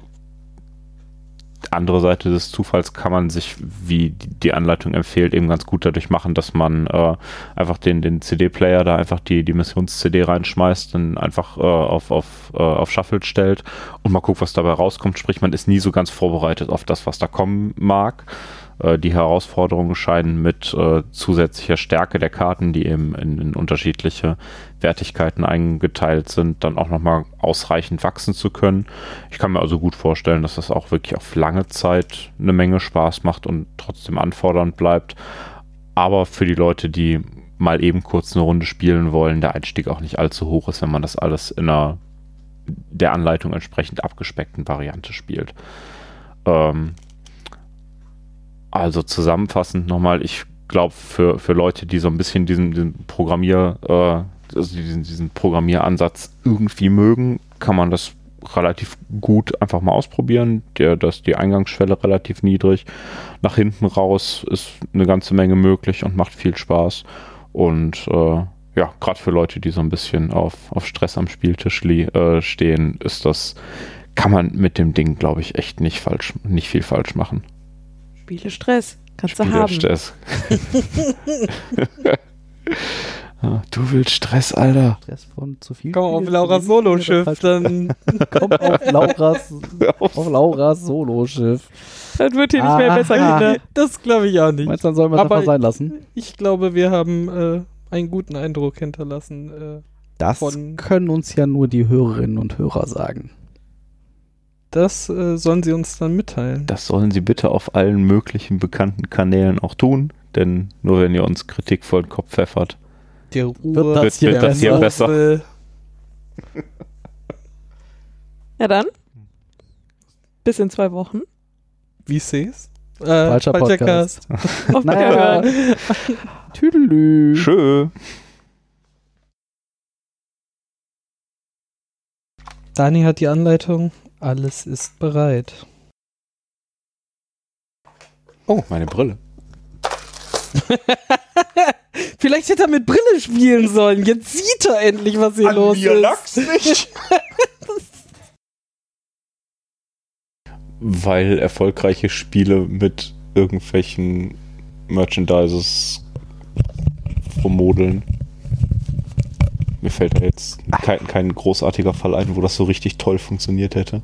andere Seite des Zufalls kann man sich, wie die Anleitung empfiehlt, eben ganz gut dadurch machen, dass man äh, einfach den, den C D-Player da einfach die, die Missions-C D reinschmeißt und einfach äh, auf, auf, äh, auf Shuffle stellt und mal guckt, was dabei rauskommt. Sprich, man ist nie so ganz vorbereitet auf das, was da kommen mag. Äh, die Herausforderungen scheinen mit äh, zusätzlicher Stärke der Karten, die eben in, in unterschiedliche Wertigkeiten eingeteilt sind, dann auch nochmal ausreichend wachsen zu können. Ich kann mir also gut vorstellen, dass das auch wirklich auf lange Zeit eine Menge Spaß macht und trotzdem anfordernd bleibt. Aber für die Leute, die mal eben kurz eine Runde spielen wollen, der Einstieg auch nicht allzu hoch ist, wenn man das alles in einer der Anleitung entsprechend abgespeckten Variante spielt. Ähm, also zusammenfassend nochmal, ich glaube, für, für Leute, die so ein bisschen diesen, diesen Programmier, äh, also diesen, diesen Programmieransatz irgendwie mögen, kann man das relativ gut einfach mal ausprobieren. Der, da ist die Eingangsschwelle relativ niedrig. Nach hinten raus ist eine ganze Menge möglich und macht viel Spaß. Und äh, ja, gerade für Leute, die so ein bisschen auf, auf Stress am Spieltisch äh, stehen, ist das, kann man mit dem Ding, glaube ich, echt nicht falsch, nicht viel falsch machen. Spiele Stress. Kannst du haben. Stress. Du willst Stress, Alter. Stress von zu viel. Komm auf Lauras Soloschiff, dann. Komm auf Lauras, auf Lauras Soloschiff. Das wird hier nicht mehr besser, Kinder. Das glaube ich auch nicht. Meinst du, dann sollen wir es einfach sein lassen? Ich glaube, wir haben äh, einen guten Eindruck hinterlassen. Äh, das von können uns ja nur die Hörerinnen und Hörer sagen. Das äh, sollen sie uns dann mitteilen. Das sollen sie bitte auf allen möglichen bekannten Kanälen auch tun, denn nur wenn ihr uns Kritik vor den Kopf pfeffert, Die Ruhe wird das hier, wird das hier besser. Ja dann. Bis in zwei Wochen. Wie seh's? Äh, Falscher Podcast. Auf Naja. Wiederhören. Tüdelü. Tschö. Dani hat die Anleitung. Alles ist bereit. Oh, meine Brille. Vielleicht hätte er mit Brille spielen sollen. Jetzt sieht er endlich, was hier An los mir ist. lag's nicht. Weil erfolgreiche Spiele mit irgendwelchen Merchandises rummodeln. Mir fällt da jetzt kein, kein großartiger Fall ein, wo das so richtig toll funktioniert hätte.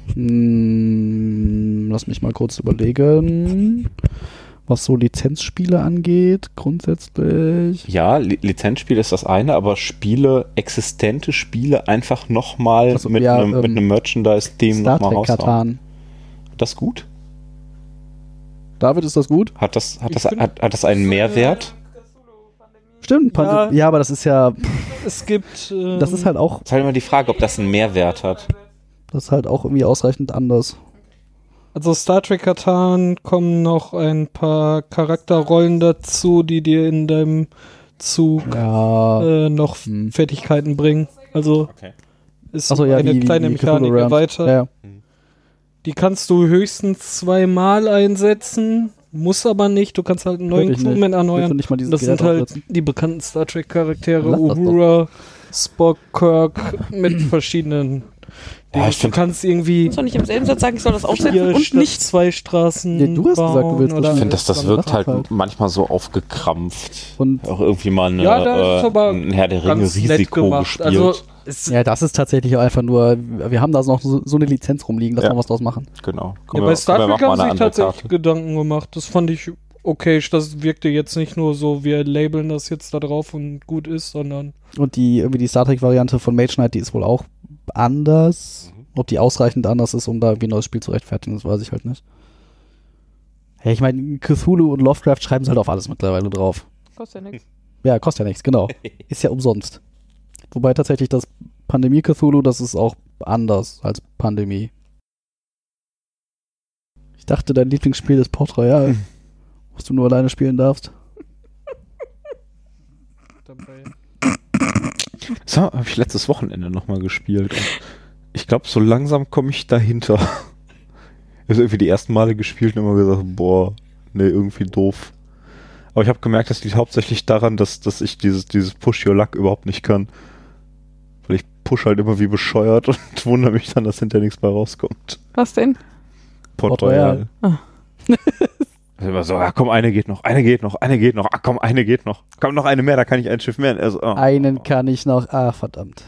Hm, lass mich mal kurz überlegen. Was so Lizenzspiele angeht, grundsätzlich. Ja, Li- Lizenzspiel ist das eine, aber Spiele, existente Spiele einfach nochmal Also, mit ja, einem ähm, mit einem Merchandise-Theme Star nochmal Trek raushauen. Katan. Das gut? David, ist das gut? Hat das, hat Ich das, find- hat, hat das einen Mehrwert? Stimmt, Pan- Ja. ja, aber das ist ja, Es gibt. Ähm, das ist halt auch, Das ist halt immer die Frage, ob das einen Mehrwert hat. das ist halt auch irgendwie ausreichend anders. Also Star Trek Katan kommen noch ein paar Charakterrollen dazu, die dir in deinem Zug Ja. äh, noch Hm. Fertigkeiten bringen. Also Okay. ist Achso, ja, eine wie, kleine wie Mechanik Cthulhu Realms. weiter. Ja, ja. Die kannst du höchstens zweimal einsetzen, muss aber nicht. Du kannst halt einen neuen Wirklich nicht. Crewman Willst du erneuern. nicht mal dieses Das Gerät sind halt aufsetzen? die bekannten Star Trek Charaktere, Lass das doch. Uhura, Spock, Kirk, mit verschiedenen. Ja, ich du find- kannst irgendwie Soll ich im selben Satz sagen, ich soll das aufsetzen vier und statt nicht. zwei Straßen Ja, du hast gesagt, du bauen willst oder das. Ich finde, das, das dann wirkt mach halt, halt. manchmal so aufgekrampft. Und Auch irgendwie mal eine, Ja, da ist äh, aber ein Herr der Ringe ganz nett Risiko gemacht. gespielt. Also es, ja, das ist tatsächlich auch einfach nur, wir haben da noch so, so eine Lizenz rumliegen, lass Ja. mal was draus machen. genau. ja, Können bei wir- Star können wir Trek machen haben mal sich eine andere tatsächlich Karte. Gedanken gemacht. Das fand ich okay. Das wirkte jetzt nicht nur so, wir labeln das jetzt da drauf und gut ist, sondern Und die, irgendwie die Star Trek-Variante von Mage Knight, die ist wohl auch anders. Ob die ausreichend anders ist, um da irgendwie ein neues Spiel zu rechtfertigen, das weiß ich halt nicht. Hey, ich meine, Cthulhu und Lovecraft schreiben sie halt auf alles mittlerweile drauf. Kostet ja nichts. Ja, kostet ja nichts, genau. Ist ja umsonst. Wobei tatsächlich das Pandemie-Cthulhu, das ist auch anders als Pandemie. Ich dachte, dein Lieblingsspiel ist Port Royal, was du nur alleine spielen darfst. dabei. Das habe ich letztes Wochenende nochmal gespielt. Und ich glaube, so langsam komme ich dahinter. Ich habe irgendwie die ersten Male gespielt und immer gesagt, boah, nee, irgendwie doof. Aber ich habe gemerkt, das liegt hauptsächlich daran, dass, dass ich dieses, dieses Push Your Luck überhaupt nicht kann. Weil ich push halt immer wie bescheuert und wundere mich dann, dass hinterher nichts bei rauskommt. Was denn? Port, Port Royal. Royal. Also immer so, ah, komm, eine geht noch, eine geht noch, eine geht noch, ah, komm, eine geht noch. Komm, noch eine mehr, da kann ich ein Schiff mehr. Also, oh. Einen kann ich noch, ah, verdammt.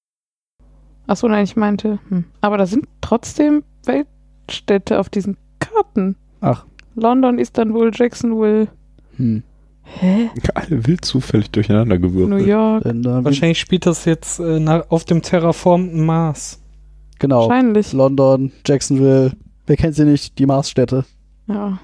Achso, nein, ich meinte. Hm. Aber da sind trotzdem Weltstädte auf diesen Karten. Ach. London, Istanbul, Jacksonville. Hm. Hä? Alle wild zufällig durcheinander gewürfelt. New York. Dann, äh, Wahrscheinlich spielt das jetzt äh, nach, auf dem terraformten Mars. Genau. Wahrscheinlich. London, Jacksonville. Wer kennt sie nicht? Die Marsstädte. Ja.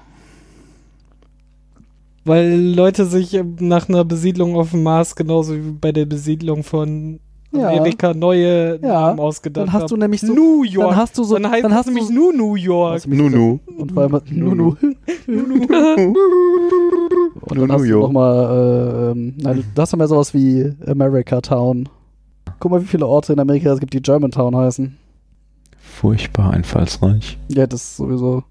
Weil Leute sich äh, nach einer Besiedlung auf dem Mars genauso wie bei der Besiedlung von Ja. Amerika neue Ja. Namen ausgedacht Dann hast haben. du nämlich so. New York. Dann hast du so. Dann heißt dann es hast nämlich du, nur New York. hast du mich- Nunu. Und vor allem Nunu. Nunu. Und dann hast du nochmal, äh, ähm, nein, du hast ja mal sowas wie America Town. Guck mal, wie viele Orte in Amerika es gibt, die Germantown heißen. Furchtbar einfallsreich. Ja, das ist sowieso.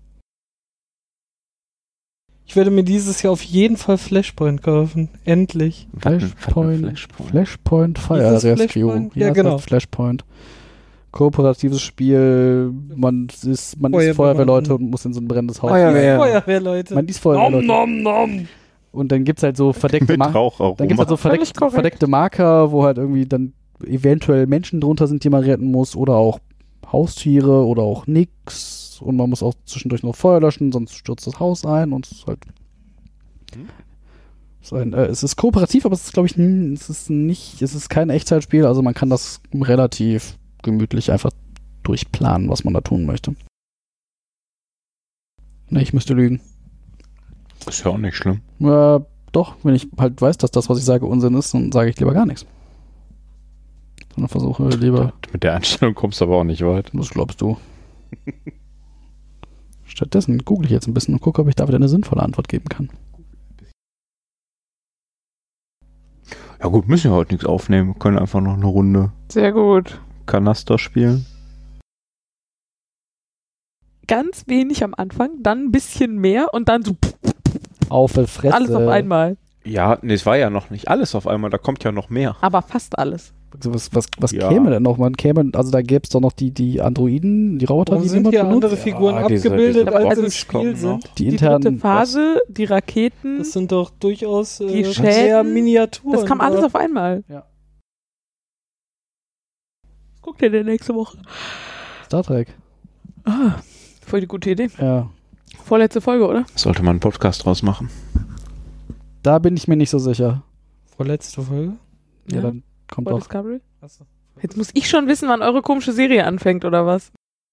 Ich werde mir dieses Jahr auf jeden Fall Flashpoint kaufen. Endlich. Flashpoint, Flashpoint. Flashpoint Fire Hieß es Rescue. Flashpoint? Ja, genau. Flashpoint. Kooperatives Spiel. Man ist, man ist Feuerwehrmann. Feuerwehrleute und muss in so ein brennendes Haus. Feuerwehr. Feuerwehrleute. Man ist Nom, Feuerwehrleute. nom, nom. Und dann gibt es halt so verdeckte Mit Marker. Raucharoma. Dann gibt es halt so Völlig verdeckt, korrekt. verdeckte Marker, wo halt irgendwie dann eventuell Menschen drunter sind, die man retten muss, oder auch Haustiere oder auch nix. Und man muss auch zwischendurch noch Feuer löschen, sonst stürzt das Haus ein und es ist halt. Hm? Es ist, ein, äh, es ist kooperativ, aber es ist, glaube ich, n- es ist nicht, es ist kein Echtzeitspiel, also man kann das relativ gemütlich einfach durchplanen, was man da tun möchte. Ne, ich müsste lügen. Ist ja auch nicht schlimm. Äh, doch, wenn ich halt weiß, dass das, was ich sage, Unsinn ist, dann sage ich lieber gar nichts. Sondern versuche lieber, Mit der Einstellung kommst du aber auch nicht weit. was glaubst du? Stattdessen google ich jetzt ein bisschen und gucke, ob ich da wieder eine sinnvolle Antwort geben kann. Ja gut, müssen wir heute nichts aufnehmen. Wir können einfach noch eine Runde Sehr gut. Kanaster spielen. Ganz wenig am Anfang, dann ein bisschen mehr und dann so Auf die Fresse. alles auf einmal. Ja, nee, es war ja noch nicht alles auf einmal. Da kommt ja noch mehr. Aber fast alles. So, was was, was Ja. käme denn noch? Man käme, also da gäbe es doch noch die, die Androiden, die Roboter, Warum die sind niemand hier benutzt. andere Figuren Ja, diese- abgebildet, diese als Bots im Spiel kommen sind? noch. Die Die internen. dritte Phase, die Raketen, Das sind doch durchaus Die äh, Schäden, sehr Miniaturen. das kam alles dort. auf einmal. Ja. Was guckt ihr denn nächste Woche? Star Trek. Ah, voll die gute Idee. Ja. Vorletzte Folge, oder? Sollte man einen Podcast draus machen. Da bin ich mir nicht so sicher. Vorletzte Folge? Ja, Ja. dann kommt Vor doch. Discovery? Achso. Jetzt muss ich schon wissen, wann eure komische Serie anfängt, oder was?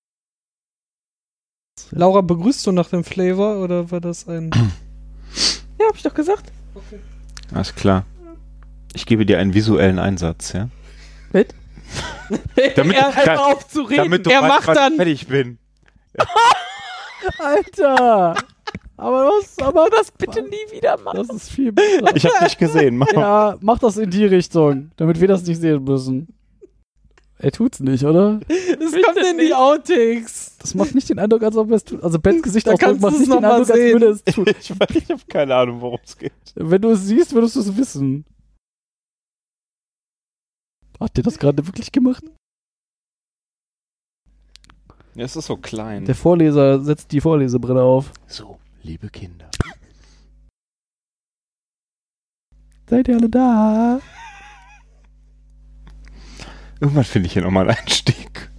Laura, begrüßt du nach dem Flavor oder war das ein... Ja, hab ich doch gesagt. Okay. Alles klar. Ich gebe dir einen visuellen Einsatz, ja? Mit? Damit, er hört da- auf zu reden. damit du Er weißt, macht wann dann- ich fertig bin. Alter! Aber was, aber das bitte nie wieder machen. das ist viel besser. Ich habe dich gesehen. Mach mal. Ja, mach das in die Richtung, damit wir das nicht sehen müssen. Er tut's nicht, oder? Das Bitte kommt in die nicht. Outtakes. Das macht nicht den Eindruck, als ob er es tut. Also Bens Da Gesichtsausdruck kannst macht du's nicht noch den mal Eindruck, als sehen. würde er es tun. Ich, ich habe keine Ahnung, worum es geht. Wenn du es siehst, würdest du es wissen. Hat der das gerade wirklich gemacht? Ja, es ist so klein. Der Vorleser setzt die Vorlesebrille auf. So, liebe Kinder. Seid ihr alle da? Irgendwann finde ich hier nochmal einen Einstieg.